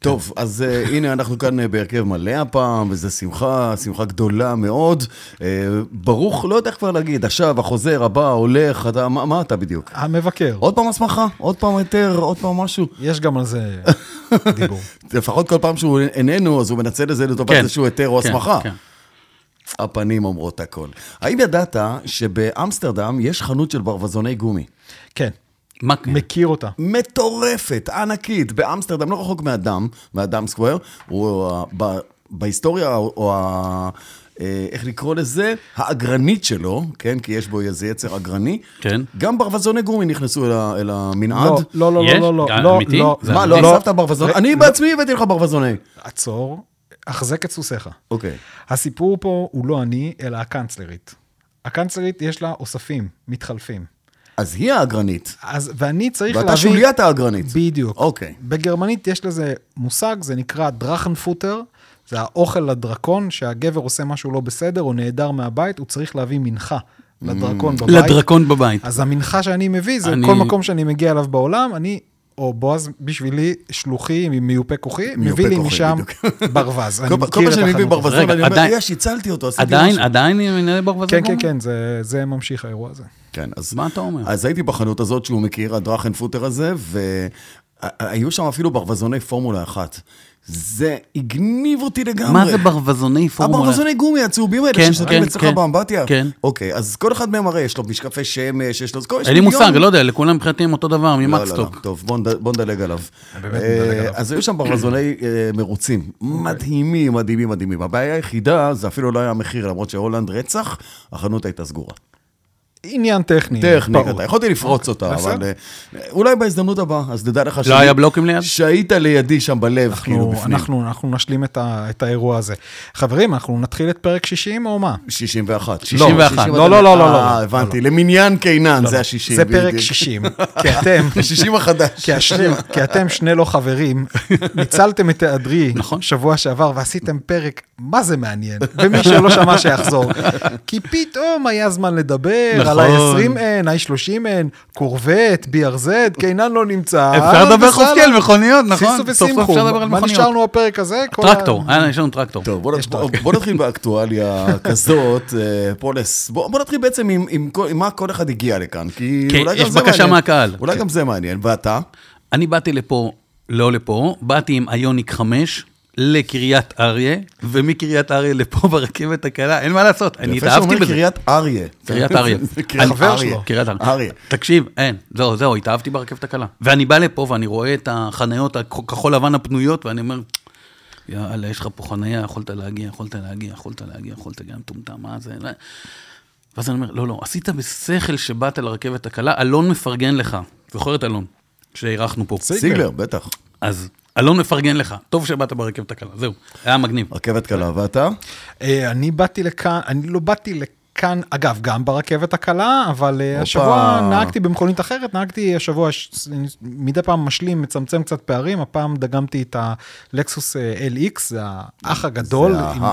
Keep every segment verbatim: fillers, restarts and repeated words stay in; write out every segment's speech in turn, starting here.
טוב, אז הנה אנחנו כאן בהרכב מלא הפעם, וזו שמחה, שמחה גדולה מאוד. ברוך, לא יודע כבר להגיד, עכשיו, החוזר, הבא, הולך, אתה, מה, מה אתה בדיוק? המבקר. עוד פעם הסמכה, עוד פעם היתר, עוד פעם משהו. יש גם על זה דיבור. לפחות כל פעם שהוא איננו, אז הוא מנצל את זה לטובת איזשהו היתר או הסמכה. כן, כן. הפנים אומרות הכל. האם ידעת שבאמסטרדם יש חנות של ברווזוני גומי? כן. מכיר אותה. מטורפת, ענקית, באמסטרדם, לא רחוק מאדם, מאדם סקוואר, הוא בהיסטוריה, או איך לקרוא לזה, האגרנית שלו, כן, כי יש בו איזה יצר אגרני, כן. גם ברווזוני גומי נכנסו אל המנעד. לא, לא, לא, לא, יש? לא, אמיתי? לא. מה, לא אספת ברווזוני? אני בעצמי הבאתי לך ברווזוני. עצור, אחזק את סוסיך. אוקיי. הסיפור פה הוא לא אני, אלא הקנצלרית. הקנצלרית יש לה אוספים, מתחלפים. אז היא האגרנית. אז, ואני צריך להביא... ואתה שוליית האגרנית. בדיוק. אוקיי. בגרמנית יש לזה מושג, זה נקרא דרחנפוטר, זה האוכל לדרקון, שהגבר עושה משהו לא בסדר, או נהדר מהבית, הוא צריך להביא מנחה לדרקון בבית. לדרקון בבית. אז המנחה שאני מביא, זה אני... כל מקום שאני מגיע אליו בעולם, אני... או בועז בשבילי, שלוחי, מיופה כוחי, מביא לי משם ברווז. כל מה שאני מביא ברווזון, אני אומר, יש, הצלתי אותו, עשיתי משהו. עדיין מנהל ברווזון? כן, כן, כן, זה ממשיך האירוע הזה. כן, אז מה אתה אומר? אז הייתי בחנות הזאת שהוא מכיר, הדרחנפוטר הזה, והיו שם אפילו ברווזוני פורמולה אחת. זה הגניב אותי לגמרי. מה זה ברווזוני פורמולה? הברווזוני גומי, הצהובים האלה, כן, ששתקים אצלך כן, באמבטיה. כן. אוקיי, אז כל אחד מהם הרי יש לו משקפי שמש, יש לו... אין לי מושג, לא יודע, לכולם מבחינתיים אותו דבר, ממקסטוק. טוב, בוא נדלג עליו. אז היו שם ברזוני מרוצים, מדהימים, מדהימים, מדהימים. הבעיה היחידה, זה אפילו לא היה המחיר, למרות שהולנד רצח, החנות הייתה סגורה. עניין טכני. טכני, יכולתי לפרוץ אותה, אבל אולי בהזדמנות הבאה, אז נדע לך לא היה בלוקים ליד? שהיית לידי שם בלב, כאילו בפנים. אנחנו נשלים את האירוע הזה. חברים, אנחנו נתחיל את פרק שישים או מה? שישים ואחת. שישים ואחת. לא, לא, לא, לא. הבנתי, למניין קינן, זה ה-שישים. זה פרק שישים. כי אתם... שישים החדש. כי אתם שני לא חברים, ניצלתם את האדרי שבוע שעבר, ועשיתם פרק, מה זה מעניין? ומי שלא שמע שיחזור. כי פתאום היה זמן לדבר, על ה-עשרים אן, ה-שלושים אן, קורבט, בי אר זד, קינן לא נמצא. אפשר לדבר חופשי על מכוניות, נכון? סיסו ושמחו. מה נשארנו בפרק הזה? טרקטור, יש לנו טרקטור. טוב, בוא נתחיל באקטואליה כזאת, פולס. בוא נתחיל בעצם עם מה כל אחד הגיע לכאן, כי אולי גם זה מעניין. יש בקשה מהקהל. אולי גם זה מעניין. ואתה? אני באתי לפה, לא לפה, באתי עם איוניק חמש, לקריית אריה, ומקריית אריה לפה ברכבת הקלה, אין מה לעשות, אני התאהבתי בזה. קריית אריה. קריית אריה. חבר שלו. קריית אריה. תקשיב, אין, זהו, זהו, התאהבתי ברכבת הקלה. ואני בא לפה ואני רואה את החניות הכחול לבן הפנויות, ואני אומר, יאללה, יש לך פה חניה, יכולת להגיע, יכולת להגיע, יכולת להגיע, יכולת להגיע, מטומטם, מה זה? ואז אני אומר, לא, לא, עשית בשכל שבאת לרכבת הקלה, אלון מפרגן לך, זוכר את אלון, שהירחנו פה. סיגלר, בטח. אז אלון מפרגן לך, טוב שבאת ברכבת הקלה, זהו, היה מגניב. רכבת קלה, ואתה? אני באתי לכאן, אני לא באתי לכאן, אגב, גם ברכבת הקלה, אבל השבוע נהגתי במכונית אחרת, נהגתי השבוע, מדי פעם משלים, מצמצם קצת פערים, הפעם דגמתי את הלקסוס אל איקס, זה האח הגדול.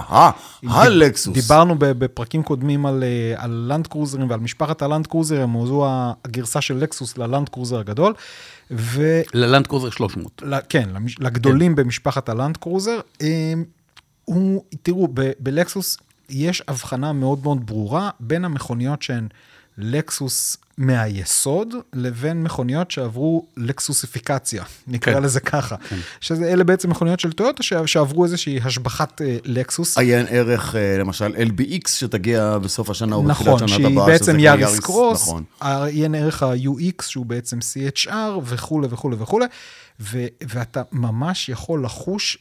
זה הלקסוס. דיברנו בפרקים קודמים על לנד קרוזרים ועל משפחת הלנד קרוזרים, זו הגרסה של לקסוס ללנד קרוזר הגדול. ו... ללנד קרוזר שלוש מאות. כן, לגדולים במשפחת הלנד קרוזר. הוא, תראו, בלקסוס יש הבחנה מאוד מאוד ברורה בין המכוניות שהן לקסוס מהיסוד, לבין מכוניות שעברו לקסוסיפיקציה, נקרא לזה ככה. שזה אלה בעצם מכוניות של טויוטה שעברו איזושהי השבחת לקסוס. עיין ערך, למשל, אל בי אקס, שתגיע בסוף השנה או בתחילת שנת הבאה. נכון, שהיא בעצם יאריס קרוס, עיין ערך ה-יו אקס, שהוא בעצם סי אייץ' אר, וכו' וכו' וכו'. ואתה ממש יכול לחוש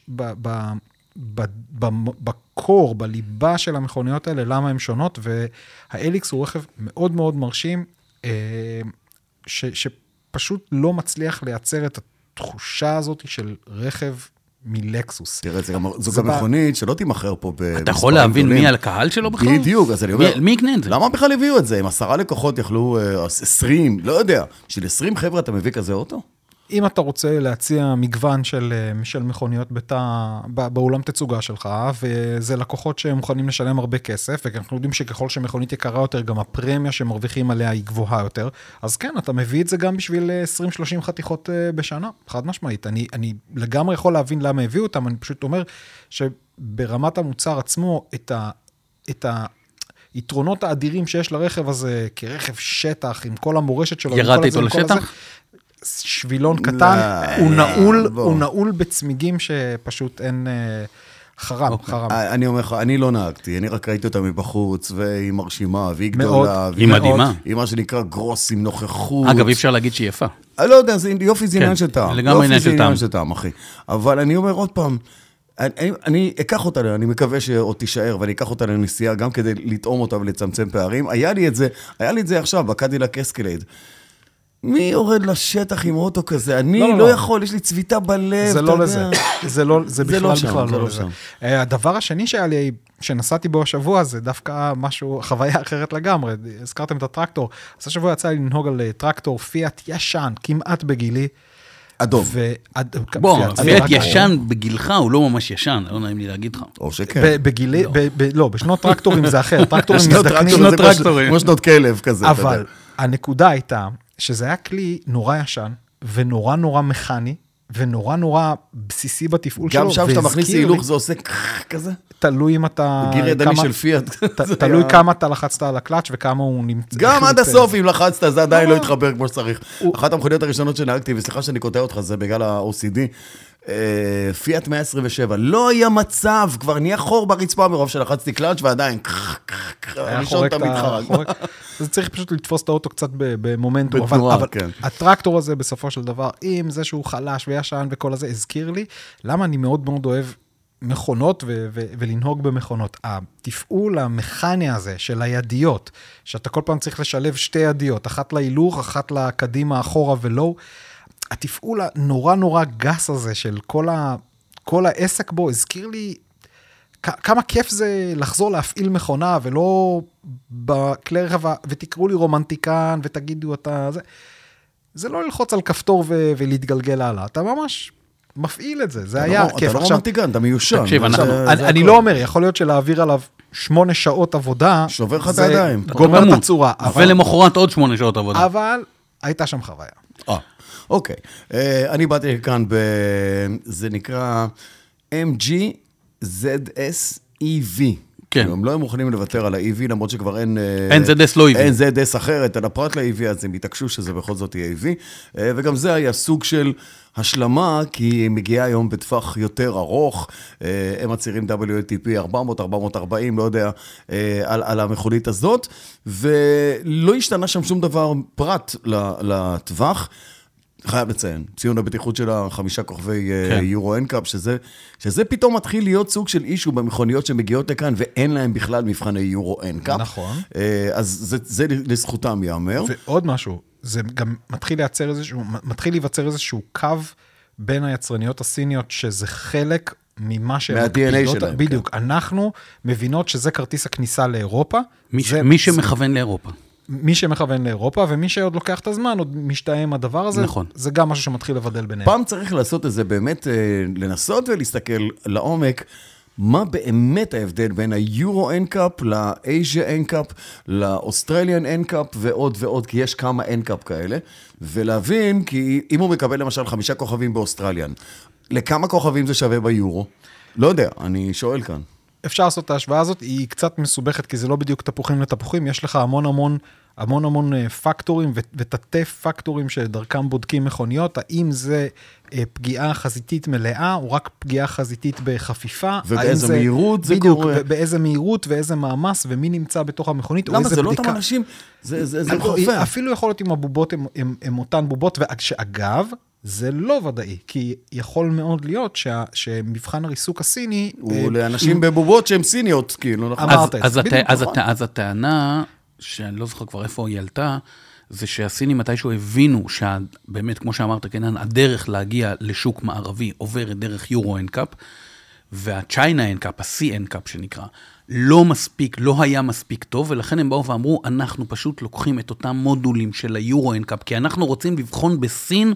בקור, בליבה של המכוניות האלה, למה הן שונות, והאליקס הוא רכב מאוד מאוד מרשים, ש, שפשוט לא מצליח לייצר את התחושה הזאת של רכב מלקסוס. תראה, זו גם מכונית שלא תימחר פה במספרים. אתה יכול להבין מי על הקהל שלו בכלל? בדיוק, אז אני אומר, מי יקנה את זה? למה בכלל הביאו את זה? אם עשרה לקוחות יכלו עשרים, לא יודע, של עשרים חבר'ה אתה מביא כזה אוטו? אם אתה רוצה להציע מגוון של, של מכוניות בתא, באולם תצוגה שלך, וזה לקוחות שמוכנים לשלם הרבה כסף, ואנחנו יודעים שככל שמכונית יקרה יותר, גם הפרמיה שמרוויחים עליה היא גבוהה יותר, אז כן, אתה מביא את זה גם בשביל עשרים שלושים חתיכות בשנה, חד משמעית. אני, אני לגמרי יכול להבין למה הביאו אותם, אני פשוט אומר שברמת המוצר עצמו, את ה... את ה יתרונות האדירים שיש לרכב הזה, כרכב שטח, עם כל המורשת שלו. ירדתי איתו לשטח? שבילון קטן, הוא נעול, הוא נעול בצמיגים שפשוט אין חרם, חרם. אני אומר לך, אני לא נהגתי, אני רק ראיתי אותה מבחוץ, והיא מרשימה, והיא גדולה. היא מדהימה. היא מה שנקרא גרוס עם נוכחות. אגב, אי אפשר להגיד שהיא יפה. אני לא יודע, יופי זה עניין של טעם. לגמרי עניין של טעם. של טעם, אחי. אבל אני אומר עוד פעם, אני, אני אקח אותה, אני מקווה שעוד תישאר, ואני אקח אותה לנסיעה גם כדי לטעום אותה ולצמצם פערים. היה לי את זה, היה לי את זה עכשיו, בקדילק אסקלייד. מי יורד לשטח עם אוטו כזה? אני לא, לא, לא יכול, יש לי צביטה בלב. זה לא לזה. זה לא, זה בכלל, לא שם, בכלל זה לא לא לזה. שם. הדבר השני שהיה לי, שנסעתי בו השבוע, זה דווקא משהו, חוויה אחרת לגמרי. הזכרתם את הטרקטור. אז השבוע יצא לי לנהוג על טרקטור פיאט ישן, כמעט בגילי. אדום. בוא, פיאט ישן בגילך הוא לא ממש ישן, לא נעים לי להגיד לך. או שכן. בגילי, לא, בשנות טרקטורים זה אחר. טרקטורים מזדקנים. בשנות טרקטורים. כמו שנות כלב כזה. אבל הנקודה הייתה, שזה היה כלי נורא ישן, ונורא נורא מכני, ונורא נורא בסיסי בתפעול שלו. גם שם שאתה מכניס הילוך, זה עושה כזה? תלוי אם אתה... גיר ידני של פיאט. תלוי כמה אתה לחצת על הקלאץ' וכמה הוא נמצא... גם עד הסוף, אם לחצת, זה עדיין לא יתחבר כמו שצריך. אחת המכוניות הראשונות שנהגתי, וסליחה שאני קוטע אותך, זה בגלל ה-או סי די, פיאט מאה עשרים ושבע, לא היה מצב, כבר נהיה חור ברצפה מרוב שלחצתי קלאץ' ועדיין, ראשון תמיד חרג. אז צריך פשוט לתפוס את האוטו קצת במומנטום, אבל הטרקטור הזה בסופו של דבר, עם זה שהוא חלש וישן וכל הזה, הזכיר לי, למה אני מאוד מאוד אוהב מכונות ולנהוג במכונות. התפעול המכני הזה של הידיות, שאתה כל פעם צריך לשלב שתי ידיות, אחת להילוך, אחת לקדימה, אחורה ולא, התפעול הנורא נורא גס הזה של כל, ה, כל העסק בו, הזכיר לי כמה כיף זה לחזור להפעיל מכונה, ולא בכלי רכב, ותקראו לי רומנטיקן, ותגידו אתה, זה, זה לא ללחוץ על כפתור ו, ולהתגלגל הלאה, אתה ממש מפעיל את זה, זה היה לא, כיף. אתה לא רומנטיקן, אתה מיושן. תקשיב, אנחנו, זה, אני, זה אני לא אומר, יכול להיות שלהעביר עליו שמונה שעות עבודה, שובר לך את הידיים. גומר את הצורה. ולמחרת עוד שמונה שעות עבודה. אבל הייתה שם חוויה. אה. אוקיי, אני באתי כאן, זה נקרא אם ג'י זד אס אי וי. כן. הם לא היו מוכנים לוותר על ה-אי וי, למרות שכבר אין... אין זד אס לא אי וי. אין זד אס אחרת, על הפרט ל-אי וי, אז הם התעקשו שזה בכל זאת יהיה אי וי. וגם זה היה סוג של השלמה, כי היא מגיעה היום בטווח יותר ארוך. הם מצהירים דאבליו אל טי פי ארבע מאות, ארבע מאות וארבעים, לא יודע, על, על המכונית הזאת. ולא השתנה שם שום דבר פרט לטווח. חייב לציין, ציון הבטיחות של החמישה כוכבי כן. יורו אנקאפ, שזה, שזה פתאום מתחיל להיות סוג של אישו במכוניות שמגיעות לכאן, ואין להם בכלל מבחני יורו אנקאפ. נכון. אז זה, זה לזכותם יאמר. ועוד משהו, זה גם מתחיל לייצר איזשהו, מתחיל להיווצר איזשהו קו בין היצרניות הסיניות, שזה חלק ממה שהן מה-די אן איי שלהם. בדיוק, כן. אנחנו מבינות שזה כרטיס הכניסה לאירופה. מי, זה, מי שמכוון זה... לאירופה. מי שמכוון לאירופה, ומי שעוד לוקח את הזמן, עוד משתאם הדבר הזה, נכון. זה גם משהו שמתחיל לבדל ביניהם. פעם צריך לעשות את זה באמת, לנסות ולהסתכל לעומק, מה באמת ההבדל בין היורו אנקאפ, לאייזיה אנקאפ, לאוסטרליאן אנקאפ, ועוד ועוד, כי יש כמה אנקאפ כאלה, ולהבין, כי אם הוא מקבל למשל חמישה כוכבים באוסטרליאן, לכמה כוכבים זה שווה ביורו? לא יודע, אני שואל כאן. אפשר לעשות את ההשוואה הזאת, היא קצת מסובכת, כי זה לא בדיוק תפוחים לתפוחים, יש לך המון המון, המון המון פקטורים, ותתי פקטורים שדרכם בודקים מכוניות, האם זה פגיעה חזיתית מלאה, או רק פגיעה חזיתית בחפיפה. ובאיזה זה, מהירות זה בדיוק, קורה. באיזה מהירות ואיזה מאמס, ומי נמצא בתוך המכונית, למה? זה לא אותם אנשים, זה, זה, זה חופר. אפילו יכול להיות עם הבובות, הם, הם, הם אותן בובות, שאגב, זה לא ודאי, כי יכול מאוד להיות שה, שמבחן הריסוק הסיני... הוא לאנשים בבובות שהן סיניות, כאילו, נכון? אמרת, אז, אז, אז, אז, אז הטענה, שאני לא זוכר כבר איפה היא עלתה, זה שהסינים מתישהו הבינו שבאמת, כמו שאמרת, כן, הדרך להגיע לשוק מערבי עוברת דרך יורו אנקאפ, והצ'יינה אנקאפ, ה-C אנקאפ שנקרא, לא מספיק, לא היה מספיק טוב, ולכן הם באו ואמרו, אנחנו פשוט לוקחים את אותם מודולים של היורו אנקאפ, כי אנחנו רוצים לבחון בסין,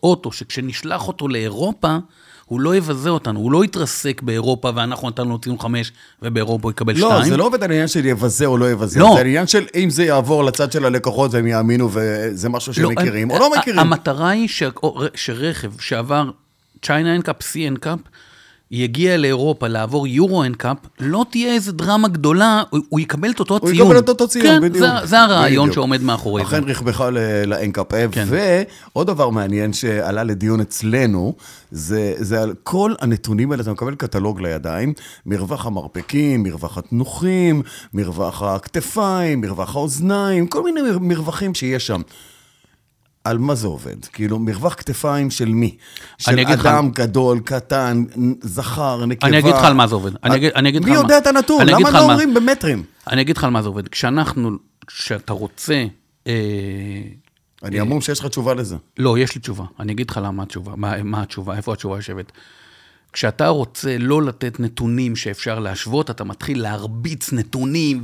אוטו שכשנשלח אותו לאירופה, הוא לא יבזה אותנו, הוא לא יתרסק באירופה, ואנחנו נתנו לו ציון חמש, ובאירופה הוא יקבל שתיים. לא, זה לא עובד על העניין של יבזה או לא יבזה, לא. זה העניין של אם זה יעבור לצד של הלקוחות, והם יאמינו, וזה משהו שהם לא, מכירים, או לא מכירים. המטרה היא ש... שרכב שעבר צ'יינה אנקאפ, סי אנקאפ, יגיע לאירופה לעבור יורו אנקאפ, לא תהיה איזו דרמה גדולה, הוא, הוא יקבל את אותו ציון. הוא יקבל את אותו ציון, כן, בדיוק. זה, זה הרעיון בדיוק. שעומד מאחורי אכן זה. רכבך לאנקאפ. כן. ועוד דבר מעניין שעלה לדיון אצלנו, זה, זה על כל הנתונים האלה, אתה מקבל קטלוג לידיים, מרווח המרפקים, מרווח התנוחים, מרווח הכתפיים, מרווח האוזניים, כל מיני מרווחים שיש שם. על מה זה עובד? כאילו, מרווח כתפיים של מי? של אדם לך... גדול, קטן, זכר, נקבה. אני אגיד לך על מה זה עובד. אני אגיד, אני אגיד מי יודע מה... את הנתון? למה לא מה... אומרים במטרים? אני אגיד לך על מה זה עובד. כשאנחנו, כשאתה רוצה... אה... אני אה... אמור שיש לך תשובה לזה. לא, יש לי תשובה. אני אגיד לך למה התשובה. מה, מה התשובה? איפה התשובה יושבת? כשאתה רוצה לא לתת נתונים שאפשר להשוות, אתה מתחיל להרביץ נתונים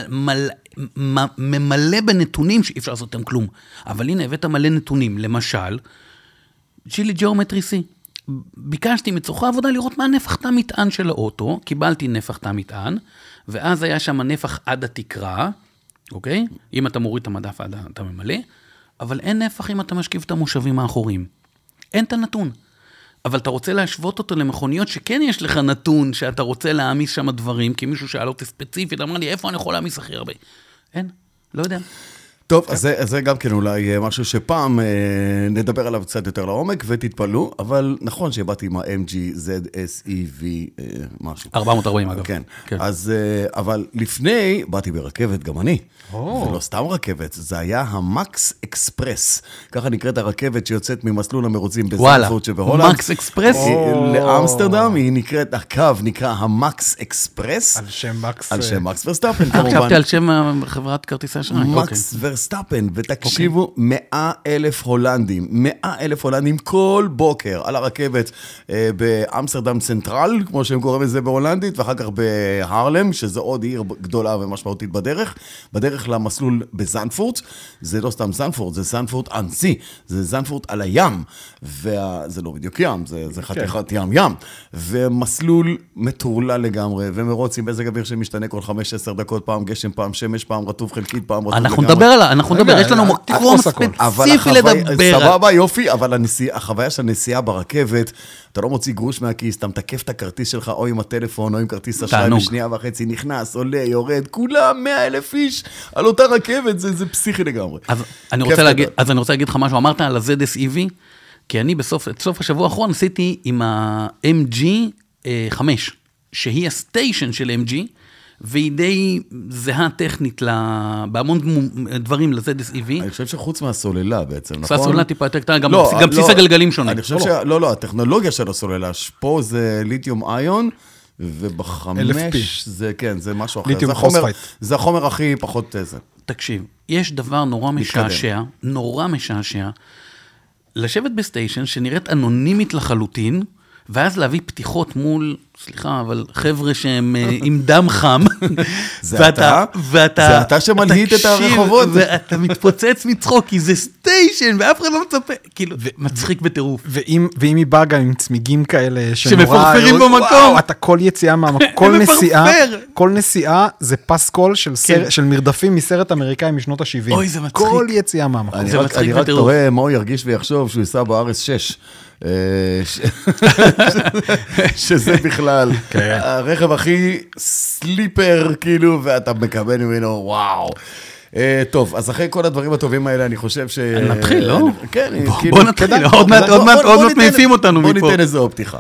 וממלא בנתונים שאי אפשר לעשות אותם כלום. אבל הנה, הבאת מלא נתונים. למשל, ג'ילי ג'אומטרי סי. ביקשתי מצורכי עבודה לראות מה הנפח תא מטען של האוטו, קיבלתי נפח תא מטען, ואז היה שם נפח עד התקרה, אוקיי? אם אתה מוריד את המדף עד אתה ממלא, אבל אין נפח אם אתה משקיף את המושבים האחוריים. אין את הנתון. אבל אתה רוצה להשוות אותו למכוניות שכן יש לך נתון שאתה רוצה להעמיס שם דברים, כי מישהו שאל אותי ספציפית, אמר לי, איפה אני יכול להעמיס הכי הרבה? אין, לא יודע. טוב, אז זה, זה גם כן אולי משהו שפעם אה, נדבר עליו קצת יותר לעומק, ותתפלו, אבל נכון שבאתי עם ה-אם ג'י זד אס אי וי אה, משהו. ארבע מאות וארבעים אגב. כן, כן. אז, אה, אבל לפני, באתי ברכבת, גם אני. Oh. ולא סתם רכבת, זה היה המקס אקספרס. ככה נקראת הרכבת שיוצאת ממסלול המרוצים בזנפורט שבהולנד. מקס אקספרס? Oh. לאמסטרדם, היא נקראת, הקו נקרא המקס אקספרס. על שם מקס... על שם מקס ורסטאפן, כמובן. חשבתי על שם חברת כרטיסי אשראי. מקס ורסטאפן, ותקשיבו, מאה אלף הולנדים, מאה אלף הולנדים כל בוקר על הרכבת באמסטרדם סנטרל, כמו שהם קוראים לזה בהולנדית, ואחר כך בהרלם, שזה עוד עיר גדולה ומשמעותית בדרך, בדרך למסלול בזנפורט, זה לא סתם זנפורט, זה זנפורט אנסי, זה זנפורט על הים, וזה לא בדיוק ים, זה, זה חתיכת ים ים, ומסלול מטורלל לגמרי, ומרוץ עם מזג אוויר שמשתנה כל חמש עשר דקות, פעם גשם, פעם שמש, פעם רטוב חלקית, פעם רטוב אנחנו נדבר עליו, אנחנו נדבר, יש לנו מקום ספציפי לדבר. סבבה, יופי, אבל החוויה של הנסיעה ברכבת, אתה לא מוציא גרוש מהכיס, אתה מתקף את הכרטיס שלך, או עם הטלפון, או עם כרטיס אשראי, בשנייה וחצי נכנס, עולה, יורד, כולם מאה אלף איש על אותה רכבת, זה, זה פסיכי לגמרי. אז אני רוצה להגיד, אז אני רוצה להגיד לך משהו, אמרת על ה-זד אס אי וי, כי אני בסוף, בסוף השבוע האחרון עשיתי עם ה-אם ג'י חמש, שהיא הסטיישן של אם ג'י, והיא די זהה טכנית בהמון דברים ל-זד אס אי וי. אני חושב שחוץ מהסוללה בעצם, נכון? הסוללה טיפה יותר קטנה, גם בסיס הגלגלים שונה. אני חושב ש... לא, לא, הטכנולוגיה של הסוללה, פה זה ליתיום איון, ובחמש זה, כן, זה משהו אחר. ליתיום פוספייט. זה החומר הכי פחות זה. תקשיב, יש דבר נורא משעשע, נורא משעשע, לשבת בסטיישן שנראית אנונימית לחלוטין, ואז להביא פתיחות מול, סליחה, אבל חבר'ה שהם עם דם חם. זה אתה? זה אתה שמלהיט את הרחובות. ואתה מתפוצץ מצחוק, כי זה סטיישן, ואף אחד לא מצפה. כאילו, מצחיק בטירוף. ואם היא באה גם עם צמיגים כאלה, שמפרפרים במקום. אתה כל יציאה מהמקום, כל נסיעה, כל נסיעה זה פסקול של מרדפים מסרט אמריקאי משנות ה-שבעים. אוי, זה מצחיק. כל יציאה מהמקום. אני רק תוהה מה הוא ירגיש ויחשוב שהוא ייסע ב-אר אס שש. שזה בכלל הרכב הכי סליפר, כאילו, ואתה מקבל ממנו, וואו. טוב, אז אחרי כל הדברים הטובים האלה, אני חושב ש... נתחיל, לא? כן, בוא נתחיל, עוד מעט מעיפים אותנו מפה. בוא ניתן איזו פתיחה.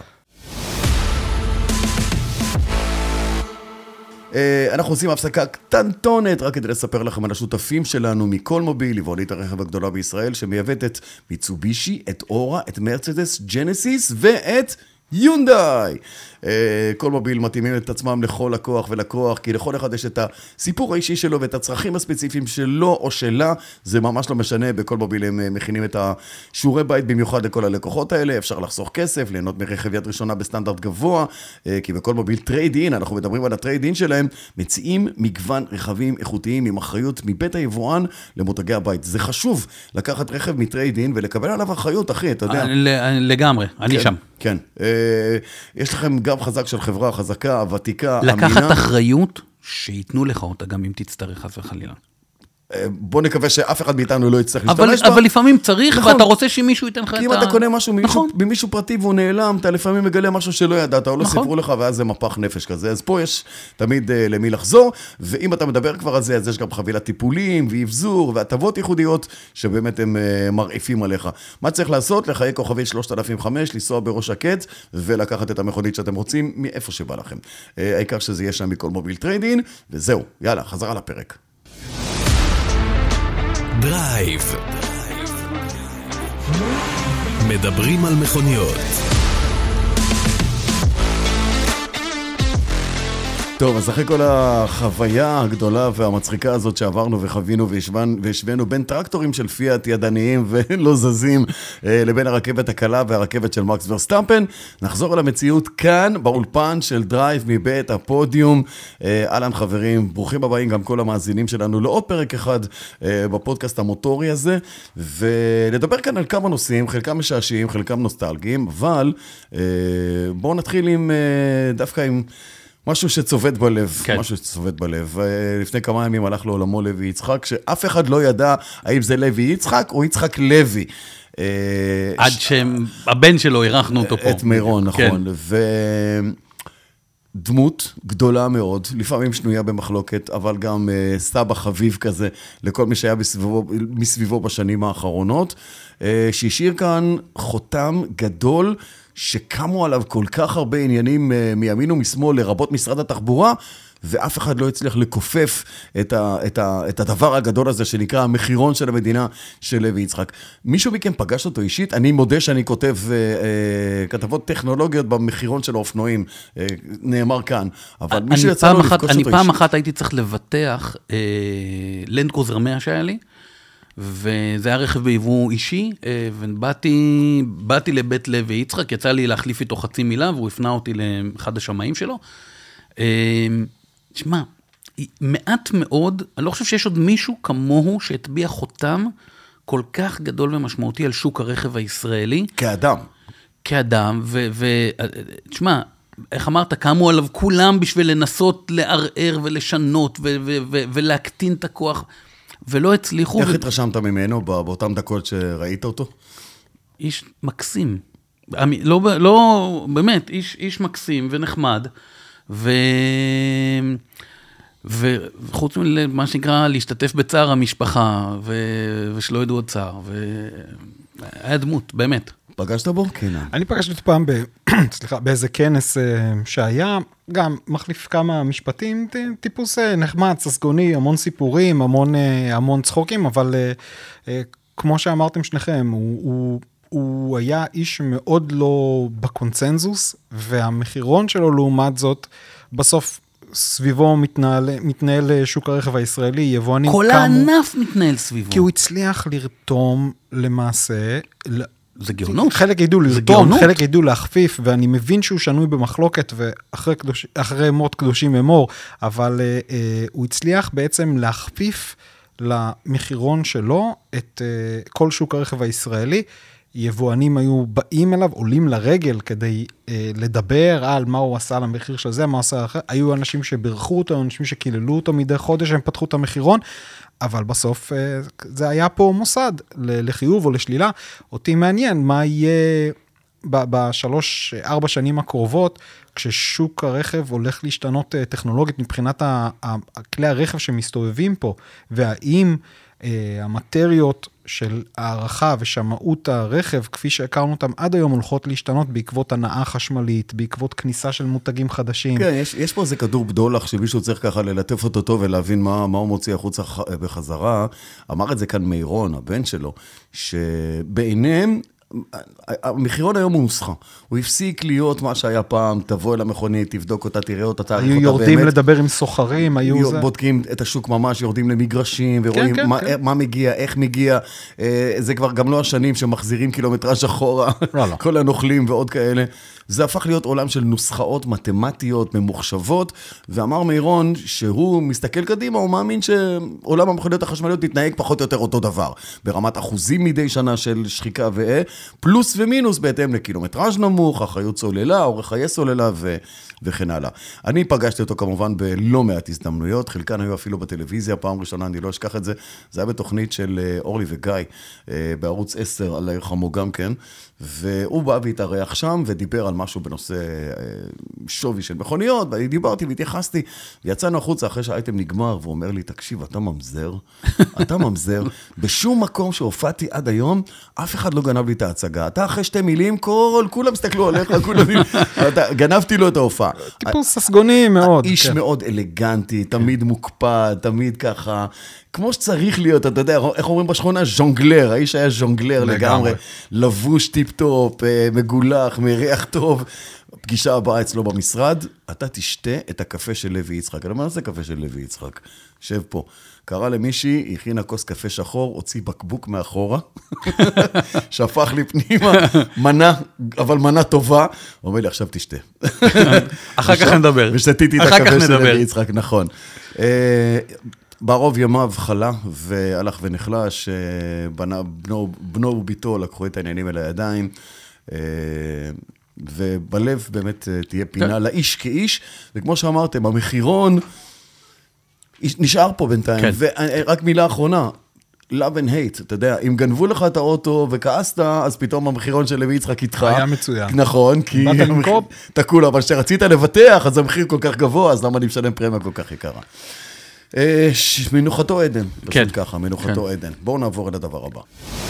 אנחנו עושים הפסקה קטנטונת, רק כדי לספר לכם על השותפים שלנו מכל מוביל, יבואנית הרכב הגדולה בישראל, שמייבאת את מיצובישי, את אורה, את מרצדס, ג'נסיס ואת יונדאי. כל מוביל מתאימים את עצמם לכל לקוח ולקוח, כי לכל אחד יש את הסיפור האישי שלו ואת הצרכים הספציפיים שלו או שלה, זה ממש לא משנה, בכל מוביל הם מכינים את השיעורי בית במיוחד לכל הלקוחות האלה, אפשר לחסוך כסף, ליהנות מרכב יד ראשונה בסטנדרט גבוה, כי בכל מוביל טרייד אין, אנחנו מדברים על הטרייד אין שלהם, מציעים מגוון רכבים איכותיים עם אחריות מבית היבואן למותגי הבית. זה חשוב לקחת רכב מטרייד אין ולקבל עליו אחריות, אחי, אתה יודע. לגמרי, אני שם. כן, יש לכם גב חזק של חברה חזקה, ותיקה, אמינה. לקחת אחריות שיתנו לך אותה גם אם תצטרך חס וחלילה. בוא נקווה שאף אחד מאיתנו לא יצטרך אבל, להשתמש בה. אבל לפעמים צריך, נכון. ואתה רוצה שמישהו ייתן לך את ה... כי אם אתה קונה משהו ממישהו, נכון. ממישהו פרטי והוא נעלם, אתה לפעמים מגלה משהו שלא ידעת, או לא נכון. סיפרו לך, ואז זה מפח נפש כזה. אז פה יש תמיד uh, למי לחזור, ואם אתה מדבר כבר על זה, אז יש גם חבילת טיפולים, ואבזור, והטבות ייחודיות, שבאמת הם uh, מרעיפים עליך. מה צריך לעשות? לחיי כוכבי שלושת אלפים וחמש, לנסוע בראש הקץ, ולקחת את המכונית שאתם רוצים, מאיפה שבא לכם. Uh, העיקר שזה יהיה שם מכל מוביל טרייד-אין, וזהו, יאללה, חזרה לפרק. דרייב. מדברים על מכוניות. טוב, אז אחרי כל החוויה הגדולה והמצחיקה הזאת שעברנו וחווינו והשווינו בין טרקטורים של פיאט ידניים ולא זזים לבין הרכבת הקלה והרכבת של מקס ורסטאפן, נחזור על המציאות כאן באולפן של דרייב מבית הפודיום. אהלן חברים, ברוכים הבאים גם כל המאזינים שלנו לעוד פרק אחד בפודקאסט המוטורי הזה, ולדבר כאן על כמה נושאים, חלקם משעשיים, חלקם נוסטלגיים, אבל בואו נתחיל עם, דווקא עם משהו שצובט בלב, כן. משהו שצובט בלב. לפני כמה ימים הלך לעולמו לוי יצחק, שאף אחד לא ידע האם זה לוי יצחק או יצחק לוי. עד שהבן שלו אירחנו אותו פה. את מירון, נכון. ודמות גדולה מאוד, לפעמים שנויה במחלוקת, אבל גם סבא חביב כזה, לכל מי שהיה מסביבו, מסביבו בשנים האחרונות, שהשאיר כאן חותם גדול, שקמו עליו כל כך הרבה עניינים מימין ומשמאל, לרבות משרד התחבורה, ואף אחד לא הצליח לקופף את, ה, את, ה, את הדבר הגדול הזה שנקרא המחירון של המדינה של לוי יצחק. מישהו מכם פגש אותו אישית? אני מודה שאני כותב אה, אה, כתבות טכנולוגיות במחירון של האופנועים, אה, נאמר כאן, אבל מישהו יצא לו לפגוש אותו אישית. אני פעם אחת הייתי צריך לבטח אה, לנד קרוזר מאה שהיה לי, וזה היה רכב ביבוא אישי, ובאתי באתי לבית לוי יצחק, יצא לי להחליף איתו חצי מילה, והוא הפנה אותי לאחד השמאים שלו. תשמע, מעט מאוד, אני לא חושב שיש עוד מישהו כמוהו שהטביע חותם כל כך גדול ומשמעותי על שוק הרכב הישראלי. כאדם. כאדם, ותשמע, איך אמרת, קמו עליו כולם בשביל לנסות לערער ולשנות ולהקטין את הכוח, ולא הצליחו. איך התרשמת ממנו באותם דקות שראית אותו? איש מקסים. לא, לא, באמת, איש, איש מקסים ונחמד, ו... וחוץ ממה שנקרא להשתתף בצער המשפחה, ו... ושלא ידעו עוד צער, והיה דמות, באמת. פגשת בו? כן. אני פגשתי את פעם ב... סליחה, באיזה כנס שהיה, גם מחליף כמה משפטים, טיפוס נחמד, ססגוני, המון סיפורים, המון, המון צחוקים, אבל כמו שאמרתם שניכם, הוא, הוא, הוא היה איש מאוד לא בקונצנזוס, והמחירון שלו לעומת זאת, בסוף סביבו מתנהל, מתנהל שוק הרכב הישראלי, יבואנים כל כמו, הענף מתנהל סביבו. כי הוא הצליח לרתום למעשה, זה גאונות. חלק ידעו לרתום, חלק ידעו להכפיף, ואני מבין שהוא שנוי במחלוקת, ואחרי קדוש, אחרי מות קדושים אמור, אבל אה, הוא הצליח בעצם להכפיף למחירון שלו את אה, כל שוק הרכב הישראלי. יבואנים היו באים אליו, עולים לרגל כדי אה, לדבר על מה הוא עשה למחיר של זה, מה הוא עשה אחר. היו אנשים שברכו אותו, אנשים שקיללו אותו מדי חודש, הם פתחו את המחירון, אבל בסוף זה היה פה מוסד לחיוב או לשלילה. אותי מעניין מה יהיה בשלוש, ארבע שנים הקרובות, כששוק הרכב הולך להשתנות טכנולוגית מבחינת כלי הרכב שמסתובבים פה, והאם המטריות של הערכה ושמאות הרכב, כפי שהכרנו אותם עד היום, הולכות להשתנות בעקבות הנעה חשמלית, בעקבות כניסה של מותגים חדשים. כן, יש, יש פה איזה כדור בדולח שמישהו צריך ככה ללטף אותו טוב ולהבין מה, מה הוא מוציא החוצה בחזרה. אמר את זה כאן מירון, הבן שלו, שבעיניהם המחירון היום הוא נוסחה. הוא הפסיק להיות מה שהיה פעם, תבוא אל המכונית, תבדוק אותה, תראה אותה, תעריך אותה באמת. היו יורדים לדבר עם סוחרים, היו זה. בודקים את השוק ממש, יורדים למגרשים, ורואים כן, מה, כן. מה מגיע, איך מגיע. זה כבר גם לא השנים שמחזירים קילומטראז' אחורה, לא, לא. כל הנוכלים ועוד כאלה. זה הפך להיות עולם של נוסחאות מתמטיות, ממוחשבות, ואמר מירון שהוא מסתכל קדימה, הוא מאמין שעולם המכוניות החשמליות יתנהג פחות או יותר אותו דבר, ברמת אחוזים מדי שנה של שחיקה ו... פלוס ומינוס בהתאם לקילומטראז' נמוך, אחריות סוללה, אורך חיי סוללה ו... וכן הלאה. אני פגשתי אותו כמובן בלא מעט הזדמנויות, חלקן היו אפילו בטלוויזיה, פעם ראשונה אני לא אשכח את זה, זה היה בתוכנית של אורלי וגיא, בערוץ עשר, על חמו גם כן, והוא בא והתארח שם, ודיבר על משהו בנושא שווי של מכוניות, ואני דיברתי והתייחסתי, ויצאנו החוצה אחרי שהאייטם נגמר, והוא אומר לי, תקשיב, אתה ממזר, אתה ממזר, בשום מקום שהופעתי עד היום, אף אחד לא גנב לי את ההצגה, אתה אחרי שתי מילים, כל, כולם הסתכלו עליך, כולם, גנבתי לו את ההופעה. טיפוס ססגוני מאוד. איש מאוד אלגנטי, תמיד מוקפד, תמיד ככה, כמו שצריך להיות, אתה יודע, איך אומרים בשכונה? ז'ונגלר, האיש היה ז'ונגלר לגמרי, לבוש טיפ-טופ, מגולח, מריח טוב. פגישה הבאה אצלו במשרד, אתה תשתה את הקפה של לוי יצחק. אני אומר, זה קפה של לוי יצחק. שב פה. קרא למישהי, הכינה כוס קפה שחור, הוציא בקבוק מאחורה, שפך לי פנימה, מנה, אבל מנה טובה, הוא אומר לי, עכשיו תשתה. אחר כך נדבר. ושתיתי את הקפה של לוי יצחק, נכון. בערוב ימיו חלה, והלך ונחלש, בנו וביתו לקחו את העניינים אל הידיים, ובלב באמת תהיה פינה לאיש כאיש, וכמו שאמרתם, המחירון נשאר פה בינתיים, ורק מילה אחרונה, love and hate, אתה יודע, אם גנבו לך את האוטו וכעסת, אז פתאום המחירון של לוי יצחק איתך. היה מצוין. נכון, כי תקול, אבל כשרצית לבטח, אז המחיר כל כך גבוה, אז למה אני משלם פרמיה כל כך יקרה? מנוחתו עדן, פשוט ככה, מנוחתו עדן. בואו נעבור אל הדבר הבא.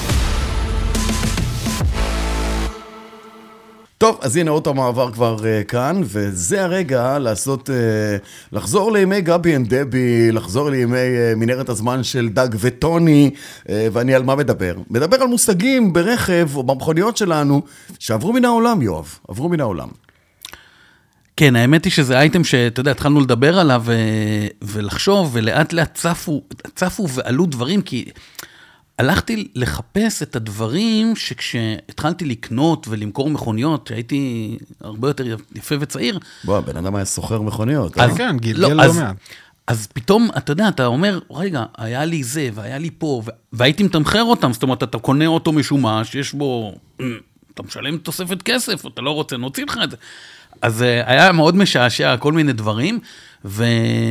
טוב, אז הנה אוטו המעבר כבר uh, כאן, וזה הרגע לעשות, uh, לחזור לימי גבי אנד דבי, לחזור לימי uh, מנהרת הזמן של דג וטוני, uh, ואני על מה מדבר? מדבר על מושגים ברכב או במכוניות שלנו, שעברו מן העולם, יואב, עברו מן העולם. כן, האמת היא שזה אייטם שאתה יודע, התחלנו לדבר עליו ו... ולחשוב, ולאט לאט צפו, צפו ועלו דברים, כי הלכתי לחפש את הדברים שכשהתחלתי לקנות ולמכור מכוניות, שהייתי הרבה יותר יפה וצעיר. בוא, בן אדם היה סוחר מכוניות. אז כן, גלגל לא מעט. אז פתאום, אתה יודע, אתה אומר, רגע, היה לי זה, והיה לי פה, והייתי מתמחר אותם, זאת אומרת, אתה קונה אוטו משומש, יש בו, אתה משלם תוספת כסף, אתה לא רוצה, נוציא לך את זה. אז היה מאוד משעשע כל מיני דברים, ו...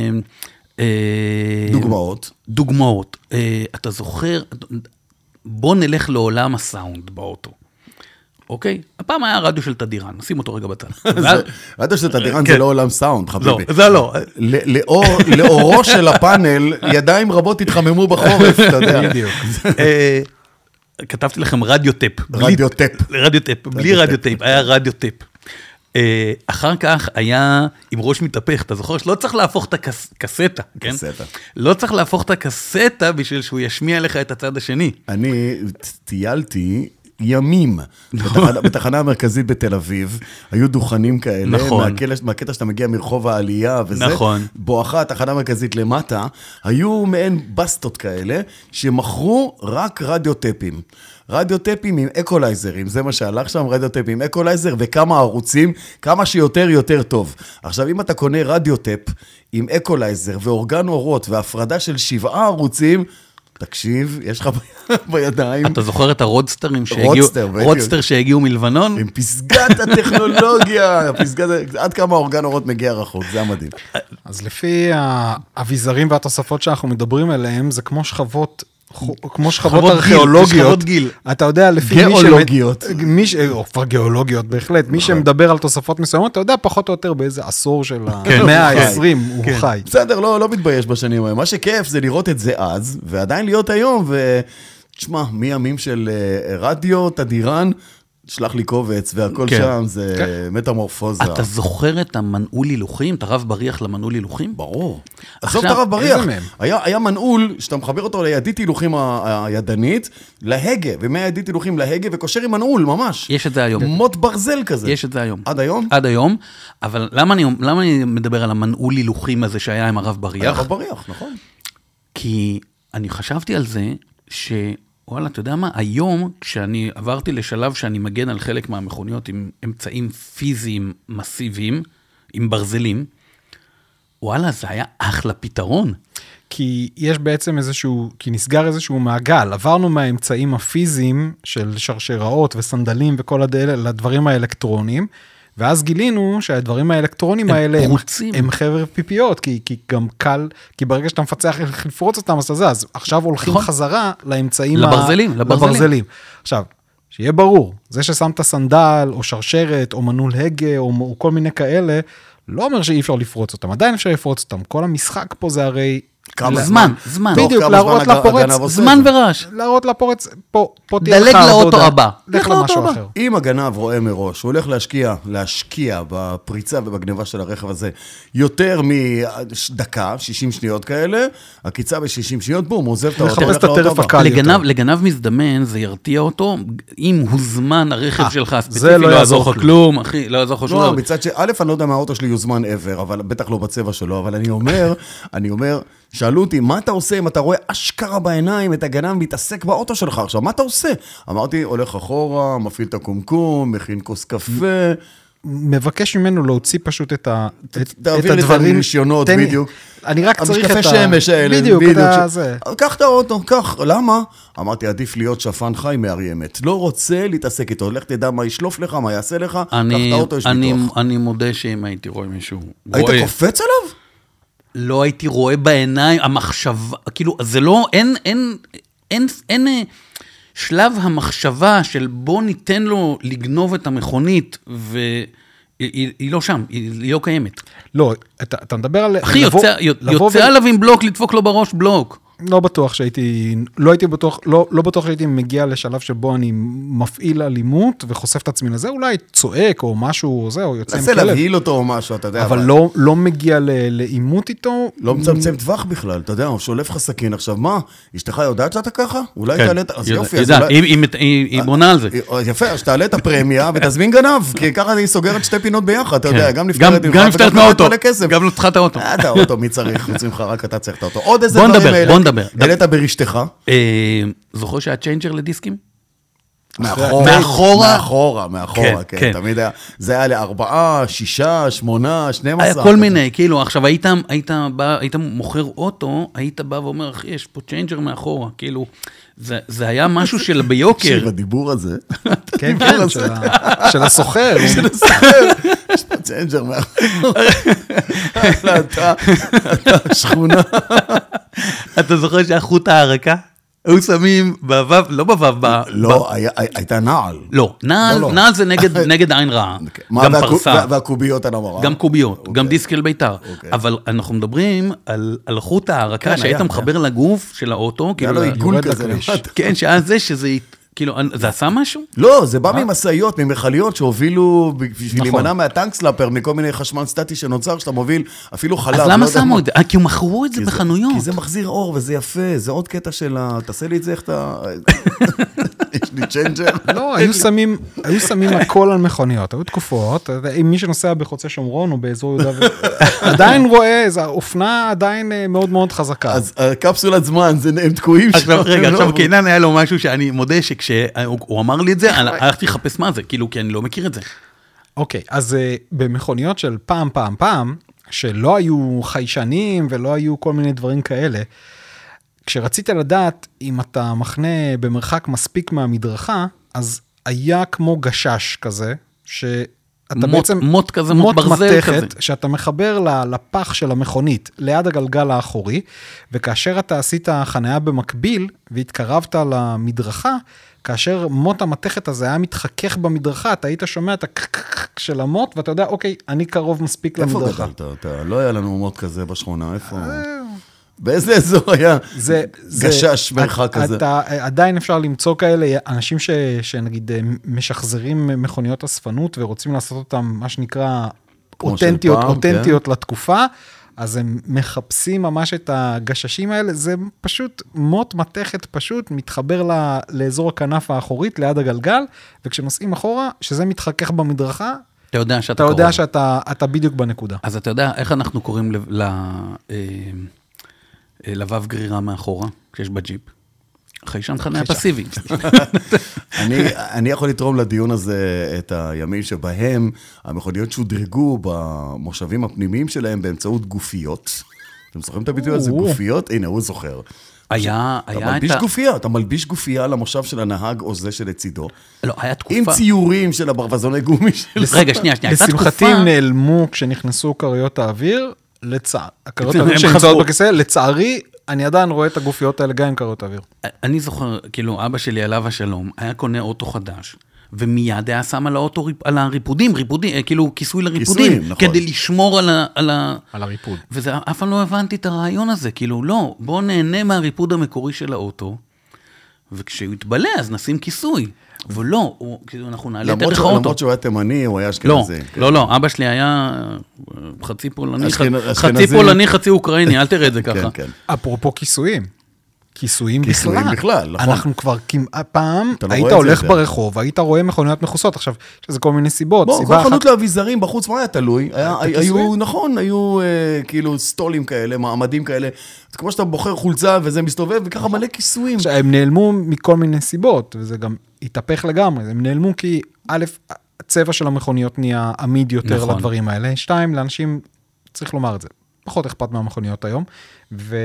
דוגמאות. דוגמאות. אתה זוכר, בוא נלך לעולם הסאונד באוטו. אוקיי? הפעם היה רדיו של תדירן, נשים אותו רגע בצד. רדיו של תדירן זה לא עולם סאונד, חביבי. לא, זה לא. לאורו של הפאנל, ידיים רבות התחממו בחורף, אתה יודע. בדיוק. כתבתי לכם רדיו טאפ. רדיו טאפ. רדיו טאפ, בלי רדיו טאפ, היה רדיו טאפ. אחר כך היה עם ראש מתהפך, אתה זוכר שלא צריך להפוך את הקסטה, כן? קסטה. לא צריך להפוך את הקסטה בשביל שהוא ישמיע לך את הצד השני. אני טיילתי ימים בתחנה המרכזית בתל אביב, היו דוכנים כאלה, נכון. מהקטע שאתה מגיע מרחוב העלייה וזה, נכון. בואכה התחנה המרכזית למטה, היו מעין בסטות כאלה, שמכרו רק רדיו טפים. רדיו טפים עם אקולייזרים, זה מה שהלך שם, רדיו טפים עם אקולייזר, וכמה ערוצים, כמה שיותר יותר טוב. עכשיו, אם אתה קונה רדיו טפ עם אקולייזר ואורגן אורות והפרדה של שבעה ערוצים, תקשיב, יש לך בידיים. אתה זוכר את הרודסטרים שהגיעו, רודסטר שהגיעו מלבנון? עם פסגת הטכנולוגיה, פסגת, עד כמה אורגן אורות מגיע רחוק, זה המדהים. אז לפי האביזרים והתוספות שאנחנו מדברים עליהם, זה כמו שכבות, כמו שכבות ארכיאולוגיות. אתה יודע, לפי גיאולוגיות. או כבר גיאולוגיות, בהחלט. מי שמדבר על תוספות מסוימות, אתה יודע פחות או יותר באיזה עשור של המאה ה-עשרים הוא חי. בסדר, לא מתבייש בשנים האלה. מה שכיף זה לראות את זה אז, ועדיין להיות היום, ותשמע, מימים של רדיו, תדירן, שלח לי קובץ, והכל כן. שם זה כן. מטמורפוזה. אתה זוכר את המנעול הילוכים? את הרב בריח למנעול הילוכים? ברור. עכשיו, עזוב את הרב בריח. איזה מהם? היה, היה מנעול שאתה מחבר אותו לידית הילוכים ה- הידנית, להגה, ומהידית הילוכים להגה, וקושר עם מנעול, ממש. יש את זה היום. מוט ברזל כזה. יש את זה היום. עד היום? עד היום, אבל למה אני, למה אני מדבר על המנעול הילוכים הזה שהיה עם הרב בריח? הרב בריח, נכון. כי אני חשבתי על זה ש... וואלה, אתה יודע מה? היום, כשאני עברתי לשלב שאני מגן על חלק מהמכוניות עם אמצעים פיזיים מסיביים, עם ברזלים, וואלה, זה היה אחלה פתרון. כי יש בעצם איזשהו, כי נסגר איזשהו מעגל, עברנו מהאמצעים הפיזיים של שרשראות וסנדלים וכל הדאלה, לדברים האלקטרוניים, ואז גילינו שהדברים האלקטרונים הם האלה הם, פרוצים. הם חבר פיפיות, כי, כי גם קל, כי ברגע שאתה מפצח איך לפרוץ אותם, אז אתה זה, אז עכשיו הולכים נכון. חזרה לאמצעים לברזלים, ה... לברזלים. לברזלים. עכשיו, שיהיה ברור, זה ששמת סנדל או שרשרת או מנעול הגה או, או כל מיני כאלה, לא אומר שאי אפשר לפרוץ אותם, עדיין אפשר לפרוץ אותם. כל המשחק פה זה הרי... כמה זמן, זמן. תוך בדיוק, כמה להראות זמן לפורץ, הגנב עושה זמן את זה. ורעש. להראות לפורץ, פה, פה תהיה דלג לך לאוטו עבודה. הבא. לך לך לאוטו למשהו הבא. אחר. אם הגנב רואה מראש, הוא הולך להשקיע, להשקיע בפריצה ובגניבה של הרכב הזה, יותר מדקה, שישים שניות כאלה, הקיצה ב-שישים שניות, בום, הוא עוזב את האוטו, לחפש הולך את הטרף לאוטו הבא. הקל. יותר. לגנב, לגנב מזדמן, זה ירתיע אותו, אם הוזמן הרכב שלך זה ספציפי, לא לא יעזור יעזור לך כלום, אחי, לא יעזור לך שום לא, דבר. מצד ש... א', אני לא יודע מה האוטו שלי יוזמן ever, אבל בטח לא בצבע שלו, אבל אני אומר, אני אומר, שאלו אותי, מה אתה עושה אם אתה רואה אשכרה בעיניים את הגנב מתעסק באוטו שלך עכשיו? מה אתה עושה? אמרתי, הולך אחורה, מפעיל את הקומקום, מכין כוס קפה. מבקש ממנו להוציא פשוט את, ה, את, את תעביר לי את הדברים. הרישיונות, תן לי- בדיוק. אני רק צריך את ה... המשקפי שמש האלה, בדיוק, את ש- הזה. קח את האוטו, קח, למה? אמרתי, עדיף להיות שפן חי מארי אמת. לא רוצה להתעסק איתו, לך תדע מה ישלוף לך, מה יעשה לך, קח אני, את האוטו, יש אני, ביטוח. אני מודה שאם הייתי רואה מישהו, היית רואה, קופץ עליו? לא הייתי רואה בעיניים, המחשבה, כאילו, זה לא, אין, אין, אין, אין, אין שלב המחשבה של בוא ניתן לו לגנוב את המכונית, והיא היא, היא לא שם, היא, היא לא קיימת. לא, אתה, אתה מדבר על... אחי, לבוא- יוצא, לבוא יוצא ו- עליו עם בלוק, לדפוק לו בראש בלוק. לא בטוח שהייתי, לא הייתי בטוח, לא, לא בטוח שהייתי מגיע לשלב שבו אני מפעיל אלימות וחושף את עצמי לזה, אולי צועק או משהו או זה, או יוצא עם נסה כלב, להבהיל אותו או משהו, אתה יודע. אבל לא, לא מגיע ל- לעימות איתו. לא מצמצם טווח בכלל, אתה יודע, הוא שולף לך סכין עכשיו, מה? אשתך יודעת שאתה ככה? אולי כן, תעלה את... אז יודע- יופי, אז יודעת, אולי... היא- היא מת- היא היא בונה על זה. יפה, אז תעלה את הפרמיה ותזמין גנב, כי ככה היא סוגרת שתי פינות ביחד, אתה יודע, כן. גם נפטרת ממך, גם נפטרת וגם מהאוטו, מקבלת כסף. גם לקחה את האוטו. אה, את האוטו, מי צריך? חוץ ממך, רק אתה צריך את האוטו. עוד איזה בוא דברים נדבר, העלית- בוא נדבר. העלית ברשתך? אה, זוכר שהיה צ'יינג'ר לדיסקים? מאחורה. מאחורה? מאחורה, מאחורה, כן, כן, כן. תמיד היה, זה היה לארבעה, שישה, שמונה, שנים עשר. היה כל מיני, כאילו, עכשיו היית, היית, בא, היית מוכר אוטו, היית בא ואומר, אחי, יש פה צ'יינג'ר מאחורה, כאילו, זה, זה היה משהו של ביוקר. תקשיב, הדיבור הזה. כן, כן, של ה- של הסוחר. יש פה צ'יינג'ר מאחורה. אתה, אתה שכונה. אתה זוכר שהיה חוט הערקה? היו שמים בוו, לא בוו, ב... לא, היה- הייתה נעל. לא, נעל, לא, לא. נעל זה נגד, נגד עין רעה. מה, גם והקו- פרסה. וה- והקוביות על המראה. גם קוביות, גם דיסקל ביתר. אוקיי. אבל אנחנו מדברים על, על חוט הערקה כן, שהיית היה, מחבר לגוף של האוטו, היה כאילו, לו ל- עיגול יורד כזה. לכביש. למטה. כן, שהיה זה שזה, כאילו, זה עשה משהו? לא, זה בא ממסעיות, ממכליות שהובילו בשביל נכון. להימנע מהטנק סלאפר, מכל מיני חשמל סטטי שנוצר, שאתה מוביל אפילו חלב. אז לא למה יודע שמו מה. את זה? אה, כי הם מכרו את זה כי בחנויות. כי זה מחזיר אור וזה יפה, זה עוד קטע של ה... תעשה לי את זה, איך אתה... יש לי צ'יינג'ר. לא, היו שמים, היו שמים הכל על מכוניות, היו תקופות, אתה יודע, אם מי שנוסע בחוצה שומרון או באזור יהודה, ו- עדיין רואה, איזו אופנה עדיין אה, מאוד מאוד חזקה. אז הקפסולת זמן, זה- הם תקועים שם. עכשיו, רגע, הם לא- עכשיו קינן היה לו משהו שאני מודה שכשהוא אמר לי את זה, אני הלכתי לחפש מה זה, כאילו, כי אני לא מכיר את זה. אוקיי, אז uh, במכוניות של פעם, פעם, פעם, שלא היו חיישנים ולא היו כל מיני דברים כאלה, כשרצית לדעת אם אתה מחנה במרחק מספיק מהמדרכה, אז היה כמו גשש כזה, שאתה מוט- בעצם... מוט כזה, מוט ברזל כזה. שאתה מחבר ל- לפח של המכונית ליד הגלגל האחורי, וכאשר אתה עשית חניה במקביל והתקרבת למדרכה, כאשר מוט המתכת הזה היה מתחכך במדרכה, אתה היית שומע את הקקק של המוט, ואתה יודע, אוקיי, אני קרוב מספיק איפה למדרכה. גדלת? אתה- לא היה לנו מוט כזה בשכונה, איפה? באיזה אזור היה זה, זה, גשש מרחק כזה? אתה, עדיין אפשר למצוא כאלה, אנשים ש, שנגיד משחזרים מכוניות אספנות ורוצים לעשות אותם, מה שנקרא, אותנטיות, פעם, אותנטיות כן. לתקופה, אז הם מחפשים ממש את הגששים האלה, זה פשוט מוט מתכת פשוט, מתחבר ל, לאזור הכנף האחורית, ליד הגלגל, וכשנוסעים אחורה, שזה מתחכך במדרכה, אתה יודע שאתה אתה קרוב. יודע שאתה אתה בדיוק בנקודה. אז אתה יודע איך אנחנו קוראים ל... ל... לבב גרירה מאחורה, כשיש בג'יפ. חיישן חניה פסיבי. אני, אני יכול לתרום לדיון הזה את הימים שבהם המכוניות שודרגו במושבים הפנימיים שלהם באמצעות גופיות. אתם זוכרים את הביטוי הזה? גופיות? הנה, הוא זוכר. היה, אתה היה מלביש את ה... גופייה, אתה מלביש גופייה למושב של הנהג או זה שלצידו. לא, היה תקופה... עם ציורים של הברווזוני גומי של... רגע, שנייה, שנייה. לשמחתי הם נעלמו כשנכנסו קריות האוויר, לצער... הקריות האוויר שנמצאות בכיסא, לצערי, אני עדיין רואה את הגופיות האלה גם עם קריות האוויר. אני זוכר, כאילו, אבא שלי עליו השלום, היה קונה אוטו חדש, ומיד היה שם על האוטו, על הריפודים, ריפודים, כאילו, כיסוי לריפודים, כיסויים, נכון. כדי לשמור על ה... על ה... על הריפוד. וזה, אף פעם לא הבנתי את הרעיון הזה, כאילו, לא, בוא נהנה מהריפוד המקורי של האוטו, וכשהוא יתבלה, אז נשים כיסוי. אבל לא, הוא, כאילו, אנחנו נעלה את דרך האוטו. למרות שהוא היה תימני, הוא היה לא, אשכנזי. לא, לא, אבא שלי היה חצי פולני, אשכנזי. חצי פולני, חצי אוקראיני, אל תראה את זה ככה. כן, כן. אפרופו כיסויים. כיסויים כיסויים בכלל. בכלל, נכון. אנחנו כבר כמעט פעם, אתה לא היית רואה את זה הולך יותר. ברחוב, היית רואה מכוניות מכוסות, עכשיו, יש לזה כל מיני סיבות. בוא, סיבה כל חנות אחת- לאביזרים בחוץ, מה היה תלוי? היה- כיסויים? היו, נכון, היו אה, כאילו סטולים כאלה, מעמדים כאלה. זה כמו שאתה בוחר חולצה וזה מסתובב, וככה מלא כיסויים. עכשיו, הם נעלמו מכל מיני סיבות, וזה גם התהפך לגמרי, הם נעלמו כי א', הצבע של המכוניות נהיה עמיד יותר נכון. לדברים האלה, שתיים, לאנשים, צריך לומר את זה, פחות אכפת מהמכוניות היום, ו...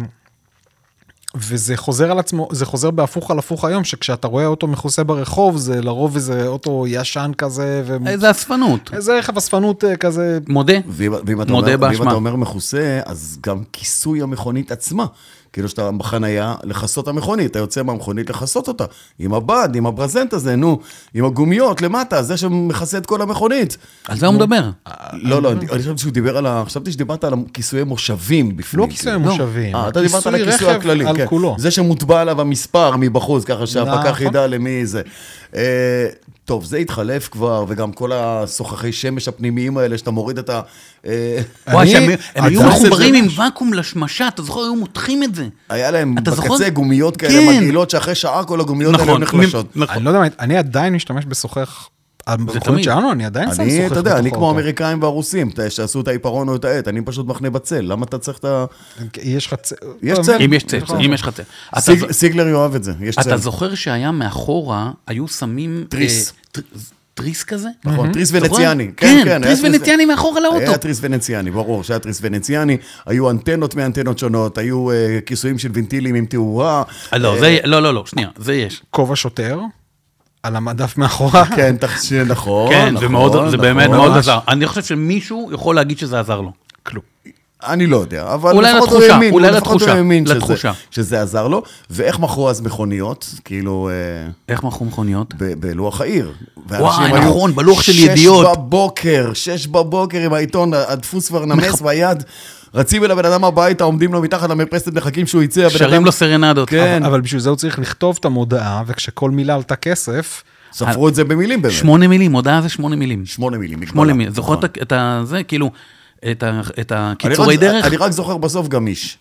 וזה חוזר על עצמו, זה חוזר בהפוך על הפוך היום, שכשאתה רואה אוטו מכוסה ברחוב, זה לרוב איזה אוטו ישן כזה, ו... איזה אספנות. איזה רכב אספנות כזה, מודה. ואם, ואם, אתה מודה אומר, ואם באשמה. אתה אומר מכוסה, אז גם כיסוי המכונית עצמה. כאילו שאתה בחנייה לחסות המכונית, אתה יוצא מהמכונית לחסות אותה. עם הבד, עם הברזנט הזה, נו, עם הגומיות למטה, זה שמכסה את כל המכונית. על זה הוא מדבר. לא, לא, אני חשבתי שהוא דיבר על ה... חשבתי שדיברת על כיסויי מושבים בפנים. לא כיסוי מושבים, אה, אתה דיברת על הכיסוי רכב הכללי, על כן. כולו. זה שמוטבע עליו המספר מבחוץ, ככה שהפקח נכון. ידע למי זה. אה, טוב, זה התחלף כבר, וגם כל הסוכחי שמש הפנימיים האלה, שאתה מוריד את ה... אה, וואי, אני- שהם- הם היו אתה עושה מחוברים זה- עם ואקום לשמשה, אתה זוכר, היו מותחים את זה. היה להם אתה זוכר? בקצה גומיות כאלה כן. מגעילות, שאחרי שעה כל הגומיות האלה נכון, נחלשות. נכון. אני לא יודע, מה, אני עדיין משתמש בשוחח, המכונית תמיד. שלנו, אני עדיין שם אני, שוחח אתה יודע, אני בתוך כמו האוטו. האמריקאים והרוסים, שעשו את העיפרון או את העט, אני פשוט מחנה בצל, למה אתה צריך את ה... יש לך... צ- יש טוב, צל. אם יש צל, נכון. אם יש לך צל. אתה סיג- ז- סיגלר יאהב את זה, יש צל. אתה זוכר שהיה מאחורה, היו שמים... תריס. אה, טר- תריס כזה? נכון, תריס זוכר? ונציאני. כן, תריס ונציאני מאחורה לאוטו. היה תריס ונציאני, ברור שהיה תריס ונציאני, היו אנטנות מאנטנות שונות, היו אה, כיסויים של וינטילים עם תאורה. אה, לא, זה- לא, לא, לא, שנייה, זה יש. כובע שוטר, על המדף מאחורה. כן, תחשב, נכון. כן, זה מאוד- נכון, זה באמת נכון. מאוד עזר. אני חושב שמישהו יכול להגיד שזה עזר לו. כלום. אני לא יודע, אבל אולי לפחות הוא לתחושה, האמין, אולי לפחות הוא לתחושה, האמין שזה- לתחושה. שזה עזר לו. ואיך מכרו אז מכוניות? כאילו... אה, איך מכרו מכוניות? ב- בלוח העיר. ואנשים וואי, היו נכון, בלוח של ידיעות. שש בבוקר, שש בבוקר עם העיתון, הדפוס כבר נמס ביד, רצים אל הבן אדם הביתה, עומדים לו מתחת למרפסת, מחכים שהוא יצא. הבן שרים אדם- לו סרנדות. כן. אבל בשביל זה הוא צריך לכתוב את המודעה, וכשכל מילה עלתה כסף, ספרו את זה במילים באמת. שמונה מילים, הודעה זה שמונה מילים. שמונה מילים. מגבלה. שמונה מילים. זוכר נכון. את ה- את ה... זה, כאילו, את ה- את אני הקיצורי רק- דרך? אני רק זוכר בסוף גמיש.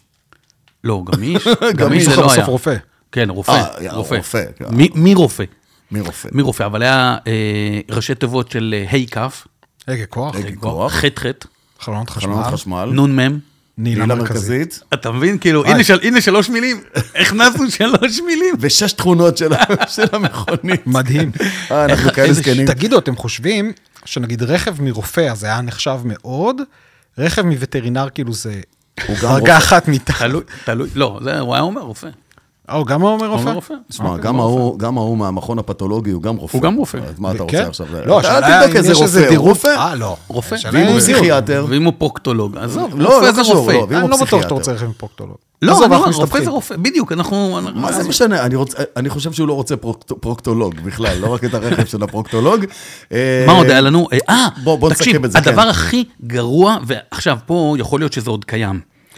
לא, גמיש. גמיש. גמיש זה זוכר לא היה. בסוף רופא. כן, רופא. אה, היה רופא. רופא, כן. מי- מי רופא? מי רופא? מי רופא? אבל היה אה, ראשי תיבות של אה, היי כף, רגע, כוח, רגע, כוח. חט חט, חלונות חלונות חשמל, חשמל. נון מם. נילה נילה מרכזית. מרכזית. אתה מבין? כאילו, הנה של- הנה שלוש מילים. הכנסנו שלוש מילים. ושש תכונות של ה- של המכונית. מדהים. אה, אנחנו איך- כאלה איזה זקנים. תגידו, אתם חושבים שנגיד רכב מרופא, אז היה נחשב מאוד, רכב מווטרינר כאילו זה הוא גם דרגה רופא. אחת מתחת. תלוי, תלוי, לא, זה, הוא היה אומר רופא. או, גם הוא אומר הוא רופא? אומר רופא. תשמע, אוקיי, גם הוא רופא. ההוא, גם ההוא מהמכון הפתולוגי הוא גם רופא. הוא גם רופא. אז מה אתה כן? רוצה עכשיו? לא, אתה השאלה אל תבדוק אם איזה יש איזה רופא, הוא דירוג. רופא. אה, לא. רופא. השאלה ואם הוא אם- פסיכיאטר. ואם הוא פרוקטולוג, עזוב, לא, רופא לא זה קשור, רופא. לא, ואם אני הוא לא בטוח פסיכיאטר. שאתה רוצה רכב עם פרוקטולוג. לא, עזוב, אני אנחנו אומר, רופא מסתבכים. זה רופא, בדיוק, אנחנו... מה זה משנה? אני רוצ- אני חושב שהוא לא רוצה פרוקט- פרוקטולוג בכלל, לא רק את הרכב של הפרוקטולוג. אה, מה עוד היה לנו? אה, בוא- בוא תקשיב, נסכם את זה, הדבר כן. הכי גרוע, ועכשיו פה יכול להיות שזה עוד קיים.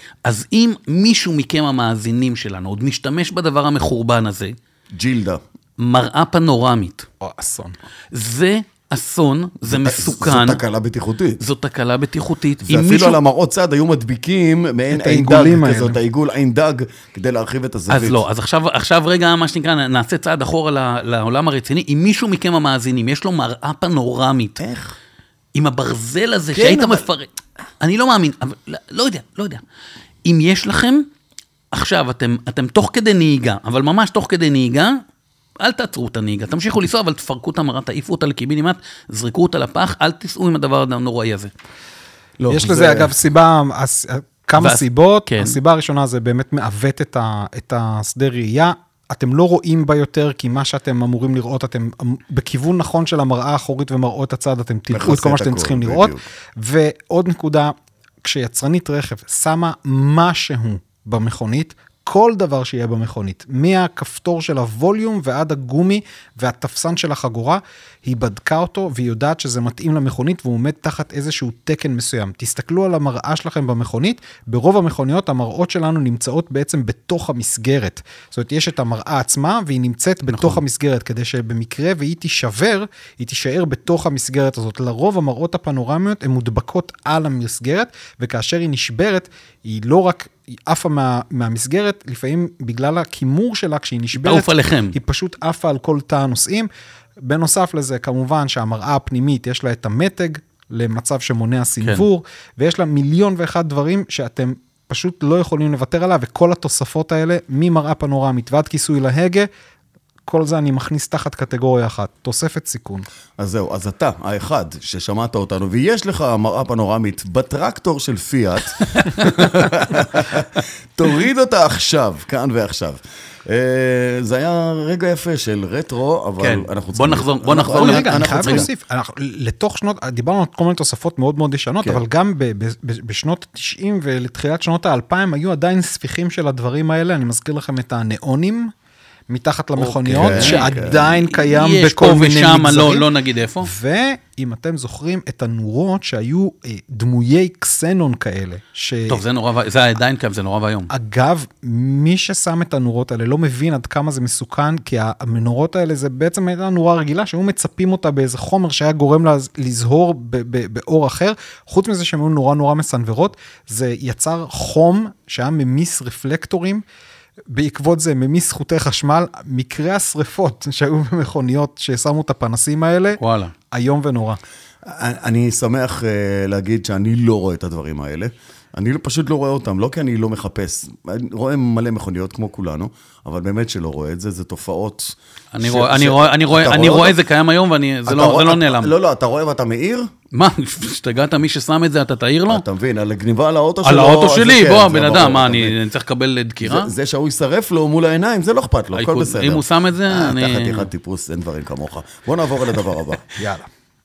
אז אם מישהו מכם המאזינים שלנו עוד משתמש בדבר המחורבן הזה, ג'ילדה. מראה פנורמית. או אסון. זה אסון, זה מסוכן. זו תקלה בטיחותית. זו תקלה בטיחותית. ואפילו מישהו... על המראות צד היו מדביקים מעין עין דג כזאת, העיגול עין דג, כדי להרחיב את הזווית. אז לא, אז עכשיו, עכשיו רגע, מה שנקרא, נעשה צעד אחורה לעולם הרציני. אם מישהו מכם המאזינים, יש לו מראה פנורמית. איך? עם הברזל הזה כן, שהיית אבל... מפרט. אני לא מאמין, אבל לא, לא יודע, לא יודע. אם יש לכם, עכשיו אתם, אתם תוך כדי נהיגה, אבל ממש תוך כדי נהיגה, אל תעצרו את הנהיגה, תמשיכו לנסוע, אבל תפרקו את המראה, תעיפו אותה לקיבינימט, זרקו אותה לפח, אל תיסעו עם הדבר הנוראי הזה. לא, יש זה... לזה, אגב, סיבה, כמה ואז... סיבות. כן. הסיבה הראשונה זה באמת מעוות את, ה, את השדה ראייה. אתם לא רואים בה יותר, כי מה שאתם אמורים לראות, אתם בכיוון נכון של המראה האחורית ומראות הצד, אתם תראו את כל מה שאתם צריכים לראות. ועוד נקודה, כשיצרנית רכב שמה משהו במכונית, כל דבר שיהיה במכונית, מהכפתור של הווליום ועד הגומי והתפסן של החגורה, היא בדקה אותו והיא יודעת שזה מתאים למכונית והוא עומד תחת איזשהו תקן מסוים. תסתכלו על המראה שלכם במכונית, ברוב המכוניות המראות שלנו נמצאות בעצם בתוך המסגרת. זאת אומרת, יש את המראה עצמה והיא נמצאת בתוך נכון. המסגרת, כדי שבמקרה והיא תישבר, היא תישאר בתוך המסגרת הזאת. לרוב המראות הפנורמיות הן מודבקות על המסגרת, וכאשר היא נשברת, היא לא רק היא עפה מה, מהמסגרת, לפעמים בגלל הכימור שלה, כשהיא נשברת, היא פשוט עפה על כל תא הנוסעים. בנוסף לזה, כמובן שהמראה הפנימית, יש לה את המתג, למצב שמונע סינבור, כן. ויש לה מיליון ואחד דברים, שאתם פשוט לא יכולים לוותר עליו, וכל התוספות האלה, ממראה פנורמית ועד כיסוי להגה, כל זה אני מכניס תחת קטגוריה אחת, תוספת סיכון. אז זהו, אז אתה, האחד ששמעת אותנו, ויש לך מראה פנורמית בטרקטור של פיאט, תוריד אותה עכשיו, כאן ועכשיו. זה היה רגע יפה של רטרו, אבל אנחנו צריכים... בוא נחזור, בוא נחזור. רגע, אני חייב להוסיף, לתוך שנות, דיברנו על כל מיני תוספות מאוד מאוד ישנות, אבל גם בשנות ה-תשעים ולתחילת שנות ה-אלפיים, היו עדיין ספיחים של הדברים האלה, אני מזכיר לכם את הנאונים, מתחת למכוניות, okay, שעדיין okay. קיים בכל מיני ושם, מגזרים. לא, לא נגיד איפה. ואם אתם זוכרים את הנורות שהיו אה, דמויי קסנון כאלה. ש... טוב, זה נורא, זה עדיין קו, זה נורא והיום. אגב, מי ששם את הנורות האלה לא מבין עד כמה זה מסוכן, כי המנורות האלה זה בעצם הייתה נורה רגילה, שהיו מצפים אותה באיזה חומר שהיה גורם לה לזהור ב- ב- באור אחר. חוץ מזה שהם היו נורא נורא מסנוורות, זה יצר חום שהיה ממיס רפלקטורים, בעקבות זה, ממיס חוטי חשמל, מקרה השריפות שהיו במכוניות ששמו את הפנסים האלה, וואלה. היום ונורא. אני שמח להגיד שאני לא רואה את הדברים האלה. אני פשוט לא רואה אותם, לא כי אני לא מחפש. אני רואה מלא מכוניות כמו כולנו, אבל באמת שלא רואה את זה, זה תופעות... אני רואה, אני רואה, אני רואה, אני רואה את זה קיים היום, וזה לא נעלם. לא, לא, אתה רואה ואתה מעיר? מה, שתגעת מי ששם את זה, אתה תעיר לו? אתה מבין, על גניבה על האוטו שלו. על האוטו שלי, בוא, בן אדם, מה, אני צריך לקבל דקירה? זה שהוא ישרף לו מול העיניים, זה לא אכפת לו, הכל בסדר. אם הוא שם את זה, אני... תחת יחד טיפוס, אין דברים כמוך. בוא נעבור על הדבר הבא. יאללה.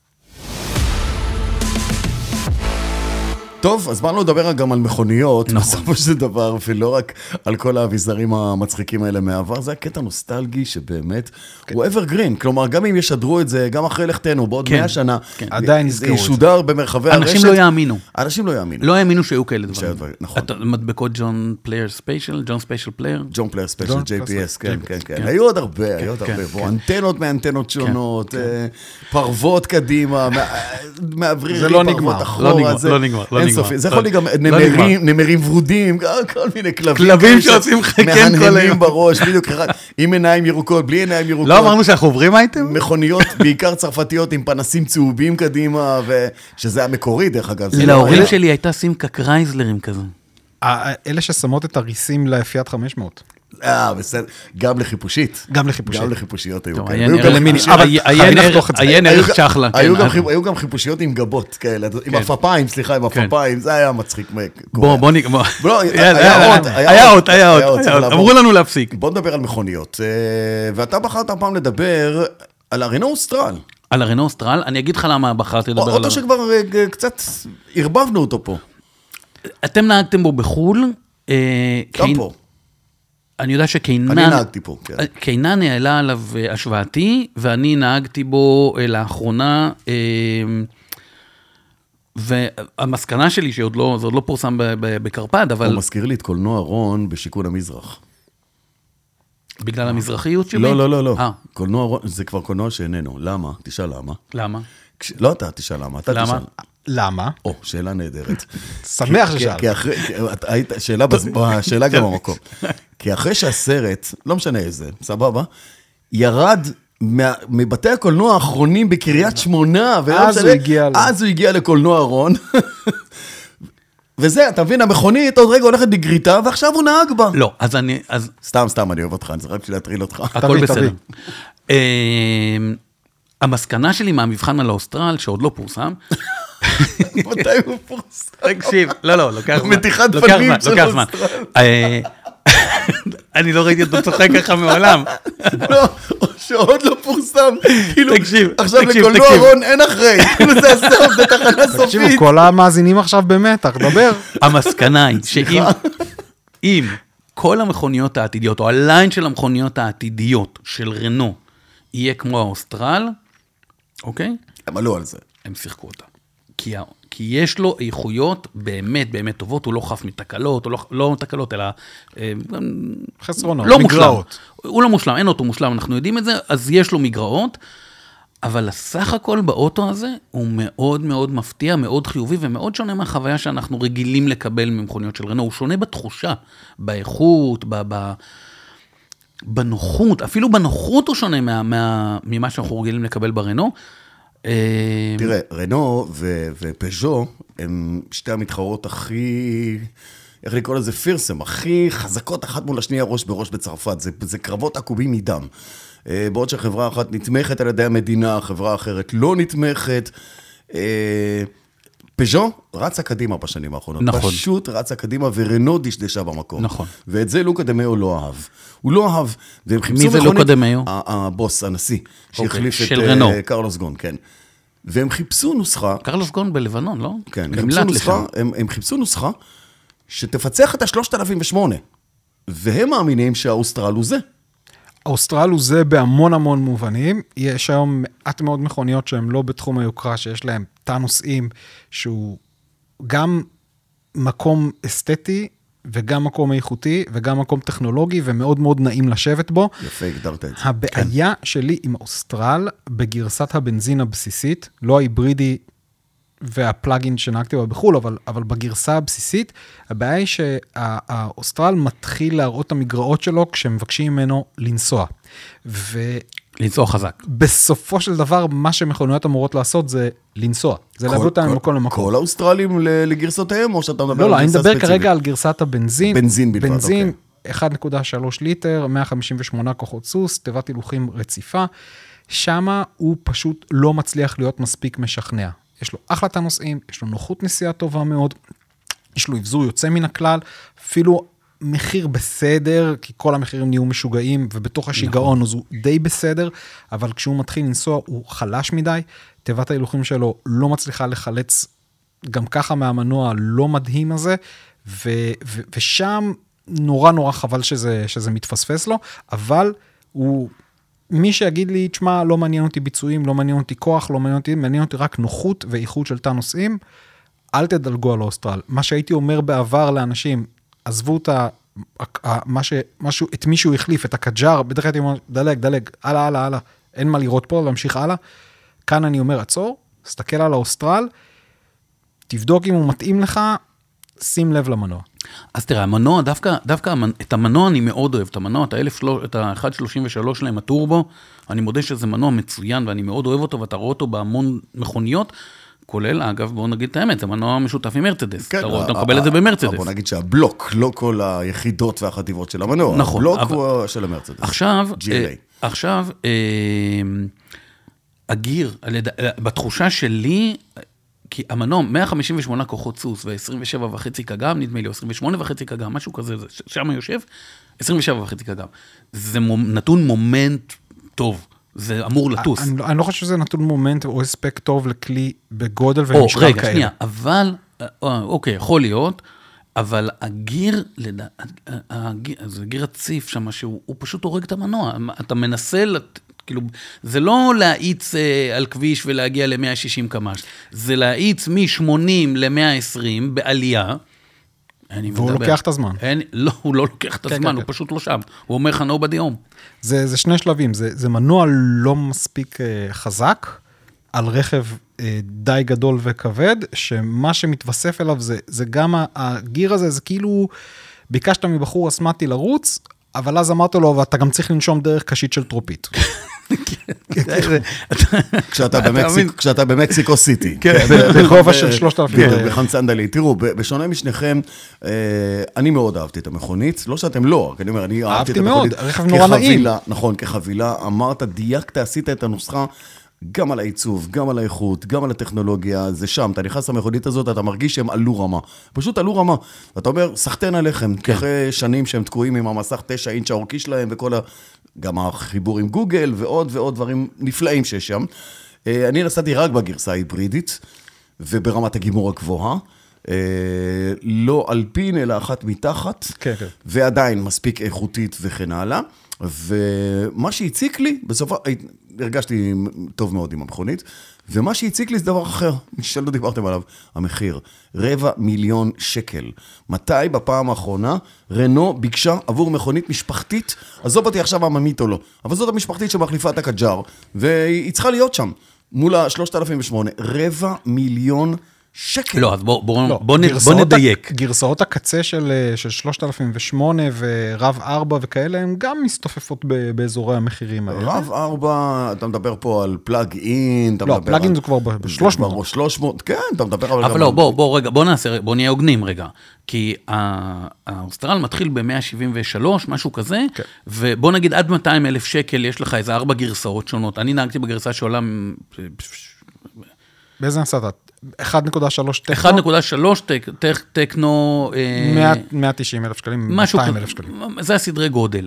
טוב, אז באנו לדבר גם על מכוניות, בסופו של דבר, ולא רק על כל האביזרים המצחיקים האלה מהעבר, זה הקטע נוסטלגי שבאמת הוא evergreen, כלומר, גם אם ישדרו את זה, גם אחרי לכתנו, בעוד מאה שנה, עדיין יזכרו את זה. ישודר במרחבי הרשת. אנשים לא יאמינו. אנשים לא יאמינו. לא יאמינו שהיו כאלה דברים. נכון. מדבקות ג'ון פלייר ספיישל, ג'ון ספיישל פלייר. ג'ון פלייר ספיישל, ג'יי פי אס, כן, כן, כן. היו עוד הרבה, היו עוד הרבה. בוא, אנטנות מאנטנות שונות, פרוות קדימה, מאווררים פרוות אחורה. לא נגמר, לא נגמר. זה יכול להיות גם נמרים ורודים, כל מיני כלבים. כלבים שעושים חכן כל היום. מהנהנים בראש, בדיוק אחד, עם עיניים ירוקות, בלי עיניים ירוקות. לא אמרנו שאנחנו עוברים אייטם? מכוניות, בעיקר צרפתיות, עם פנסים צהובים קדימה, שזה המקורי, דרך אגב. להורים שלי הייתה סימקה קרייזלרים כזה. אלה ששמות את הריסים לפיאט חמש מאות. אה, בסדר. גם לחיפושית. גם לחיפושית. גם לחיפושיות היו כאלה. עיין ערך צ'חלה. היו גם חיפושיות עם גבות כאלה, עם הפפיים, סליחה, עם הפפיים, זה היה מצחיק. בוא, בוא נגמר. היה עוד, היה עוד, היה עוד. אמרו לנו להפסיק. בוא נדבר על מכוניות. ואתה בחרת הפעם לדבר על הרנו אוסטרל. על הרנו אוסטרל? אני אגיד לך למה בחרתי לדבר עליו. אותו שכבר קצת הרבבנו אותו פה. אתם נהגתם בו בחול. גם פה. אני יודע שקיינן... אני נהגתי פה, כן. קיינן העלה עליו השוואתי, ואני נהגתי בו לאחרונה, והמסקנה שלי, שעוד לא, זה עוד לא פורסם בקרפד, אבל... הוא מזכיר לי את קולנוע רון בשיכון המזרח. בגלל המזרחיות שלי? לא, לא, לא, לא. קולנוע רון, זה כבר קולנוע שאיננו. למה? תשאל למה. למה? לא אתה, תשאל למה. אתה תשאל. למה? או, שאלה נהדרת. שמח ששאל. כי אחרי, שאלה גם במקום. כי אחרי שהסרט, לא משנה איזה, סבבה, ירד מבתי הקולנוע האחרונים בקריית שמונה, אז הוא הגיע לקולנוע רון, וזה, אתה מבין, המכונית עוד רגע הולכת בגריטה, ועכשיו הוא נהג בה. לא, אז אני... סתם, סתם, אני אוהב אותך, אני רק בשביל להטריל אותך. הכל בסדר. המסקנה שלי מהמבחן על האוסטרל, שעוד לא פורסם, מתי הוא פורסם? תקשיב, לא, לא, לוקח זמן. מתיחת פנים של אוסטרל. אני לא ראיתי אותו צוחק ככה מעולם. לא, שעוד לא פורסם. תקשיב, עכשיו לקולנוע רון אין אחרי. כאילו זה הסוף, זה תחנה סופית. תקשיבו, כל המאזינים עכשיו במתח, דבר. המסקנה היא שאם כל המכוניות העתידיות, או הליין של המכוניות העתידיות של רנו, יהיה כמו האוסטרל, אוקיי? הם עלו על זה. הם שיחקו אותה. כי, כי יש לו איכויות באמת, באמת טובות, הוא לא חף מתקלות, הוא לא, לא תקלות, אלא... חסרונות, לא מגרעות. מושלם. הוא לא מושלם, אין אותו מושלם, אנחנו יודעים את זה, אז יש לו מגרעות, אבל הסך הכל באוטו הזה, הוא מאוד מאוד מפתיע, מאוד חיובי, ומאוד שונה מהחוויה שאנחנו רגילים לקבל ממכוניות של רנו, הוא שונה בתחושה, באיכות, ב... ב בנוחות, אפילו בנוחות הוא שונה מה, מה, ממה שאנחנו רגילים לקבל ברנו. תראה, רנו ופז'ו הם שתי המתחרות הכי, איך לקרוא לזה, פירסם, הכי חזקות אחת מול השנייה ראש בראש בצרפת, זה, זה קרבות עקובים מדם. בעוד שחברה אחת נתמכת על ידי המדינה, חברה אחרת לא נתמכת. פז'ו רצה קדימה בשנים האחרונות. נכון. פשוט רצה קדימה, ורנו דשדשה במקום. נכון. ואת זה לוקה דמאו לא אהב. הוא לא אהב. מי זה לוקה דמאו? הבוס, הנשיא, שהחליף את קרלוס גון, כן. והם חיפשו נוסחה... קרלוס גון בלבנון, לא? כן, הם חיפשו נוסחה, הם, הם חיפשו נוסחה שתפצח את ה-שלושת אלפים ושמונה. והם מאמינים שהאוסטרל הוא זה. האוסטרל הוא זה בהמון המון מובנים. יש היום מעט מאוד מכוניות שהן לא בתחום היוקרה, שיש להם תא נוסעים, שהוא גם מקום אסתטי, וגם מקום איכותי, וגם מקום טכנולוגי, ומאוד מאוד נעים לשבת בו. יפה, הגדרת את זה. הבעיה כן. שלי עם האוסטרל, בגרסת הבנזין הבסיסית, לא ההיברידי והפלאגין שנהגתי בה בחול, אבל, אבל בגרסה הבסיסית, הבעיה היא שהאוסטרל מתחיל להראות את המגרעות שלו, כשמבקשים ממנו לנסוע. ו... לנסוע חזק. בסופו של דבר, מה שמכוניות אמורות לעשות זה לנסוע. זה להביא אותם ממקום למקום. כל האוסטרלים לגרסותיהם, או שאתה מדבר לא, על גרסה ספציפית? לא, אני מדבר כרגע על גרסת הבנזין. בנזין בלבד, בנזין, אחת נקודה שלוש ליטר, מאה חמישים ושמונה כוחות סוס, תיבת הילוכים רציפה. שמה הוא פשוט לא מצליח להיות מספיק משכנע. יש לו אחלת הנוסעים, יש לו נוחות נסיעה טובה מאוד, יש לו הבזור יוצא מן הכלל, אפילו מחיר בסדר, כי כל המחירים נהיו משוגעים, ובתוך השיגעון אז הוא די בסדר, אבל כשהוא מתחיל לנסוע הוא חלש מדי, תיבת ההילוכים שלו לא מצליחה לחלץ גם ככה מהמנוע לא מדהים הזה, ו- ו- ושם נורא נורא חבל שזה, שזה מתפספס לו, אבל הוא... מי שיגיד לי, תשמע, לא מעניין אותי ביצועים, לא מעניין אותי כוח, לא מעניין אותי, מעניין אותי רק נוחות ואיכות של תא נוסעים, אל תדלגו על האוסטרל. מה שהייתי אומר בעבר לאנשים, עזבו את ה... מה ש... משהו, את מי שהוא החליף, את הקג'ר, בדרך כלל הייתי אומר, דלג, דלג, הלאה, הלאה, הלאה, אין מה לראות פה, להמשיך הלאה. כאן אני אומר, עצור, סתכל על האוסטרל, תבדוק אם הוא מתאים לך, שים לב למנוע. אז תראה, המנוע, דווקא, דווקא את המנוע אני מאוד אוהב, את המנוע, את ה-אחת שלושים ושלוש שלהם, הטורבו, אני מודה שזה מנוע מצוין, ואני מאוד אוהב אותו, ואתה רואה אותו בהמון מכוניות, כולל, אגב, בואו נגיד את האמת, זה מנוע משותף עם מרצדס, כן, אתה, רואה, אתה מקבל את זה במרצדס. בואו נגיד שהבלוק, לא כל היחידות והחטיבות של המנוע, נכון, הבלוק אבל... הוא של המרצדס. עכשיו, ג'י אל איי. עכשיו, הגיר, בתחושה שלי, כי המנוע, מאה חמישים ושמונה כוחות סוס, ו-עשרים ושבע וחצי קגם, נדמה לי, או עשרים ושמונה וחצי קגם, משהו כזה, שם יושב, עשרים ושבע וחצי קגם. זה נתון מומנט טוב, זה אמור לטוס. אני, אני לא חושב שזה נתון מומנט או הספק טוב לכלי בגודל ומשקל כאלה. רגע, שנייה, אבל, אוקיי, יכול להיות, אבל הגיר, הגיר, זה גיר הציף שם, שהוא פשוט הורג את המנוע. אתה מנסה, כאילו, זה לא להאיץ אה, על כביש ולהגיע ל-מאה שישים קמ"ש, זה להאיץ מ-שמונים ל-מאה ועשרים בעלייה, והוא לוקח את הזמן. אין, לא, הוא לא לוקח את הזמן, הוא פשוט לא שם. הוא אומר לך, nobody home. זה, זה שני שלבים, זה, זה מנוע לא מספיק uh, חזק, על רכב uh, די גדול וכבד, שמה שמתווסף אליו זה, זה גם הגיר הזה, זה כאילו, ביקשת מבחור אסמטי לרוץ, אבל אז אמרת לו, ואתה גם צריך לנשום דרך קשית של טרופית. כשאתה במקסיקו סיטי. בחובה של שלושת אלפים. בחמצן דלי. תראו, בשונה משניכם, אני מאוד אהבתי את המכונית, לא שאתם לא, אני אומר, אני אהבתי את המכונית. אהבתי מאוד, רכב נורא נעים. נכון, כחבילה, אמרת, דייקת, עשית את הנוסחה, גם על העיצוב, גם על האיכות, גם על הטכנולוגיה, זה שם, אתה נכנס למכונית הזאת, אתה מרגיש שהם עלו רמה, פשוט עלו רמה, ואתה אומר, סחטן עליכם, אחרי שנים שהם תקועים עם המסך תשע אינץ' האורקי שלהם, וכל ה... גם החיבור עם גוגל, ועוד ועוד דברים נפלאים שיש שם. אני נסעתי רק בגרסה ההיברידית, וברמת הגימור הגבוהה, לא אלפין, אלא אחת מתחת, ועדיין מספיק איכותית וכן הלאה, ומה שהציק לי, בסופו, הרגשתי טוב מאוד עם המכונית, ומה שהציק לי זה דבר אחר, שלא דיברתם עליו, המחיר, רבע מיליון שקל. מתי בפעם האחרונה רנו ביקשה עבור מכונית משפחתית, עזוב אותי עכשיו עממית או לא, אבל זאת המשפחתית שמחליפה את הקג'אר, והיא צריכה להיות שם, מול ה-שלושת אלפים ושמונה, רבע מיליון שקל. לא, אז בוא, בוא, לא, בוא, גרסאות בוא נדייק. גרסאות הקצה של, של שלושת אלפים ושמונה ורב ארבע וכאלה, הן גם מסתופפות ב, באזורי המחירים האלה. רב ארבע, אתה מדבר פה על פלאג אין, אתה לא, מדבר פלאג אין על... זה כבר ב-שלוש מאות. שלוש מאות, כן, אתה מדבר על... אבל לא, בוא, בוא רגע, בוא נעשה, בוא נהיה הוגנים רגע, כי האוסטרל מתחיל ב-מאה שבעים ושלוש, משהו כזה, כן. ובוא נגיד עד מאתיים אלף שקל, יש לך איזה ארבע גרסאות שונות. אני נהגתי בגרסה שעולה... באיזה נסעת? אחת נקודה שלוש טקנו? אחת נקודה שלוש טקנו... מאה ותשעים אלף שקלים, מאתיים אלף שקלים. זה הסדרי גודל.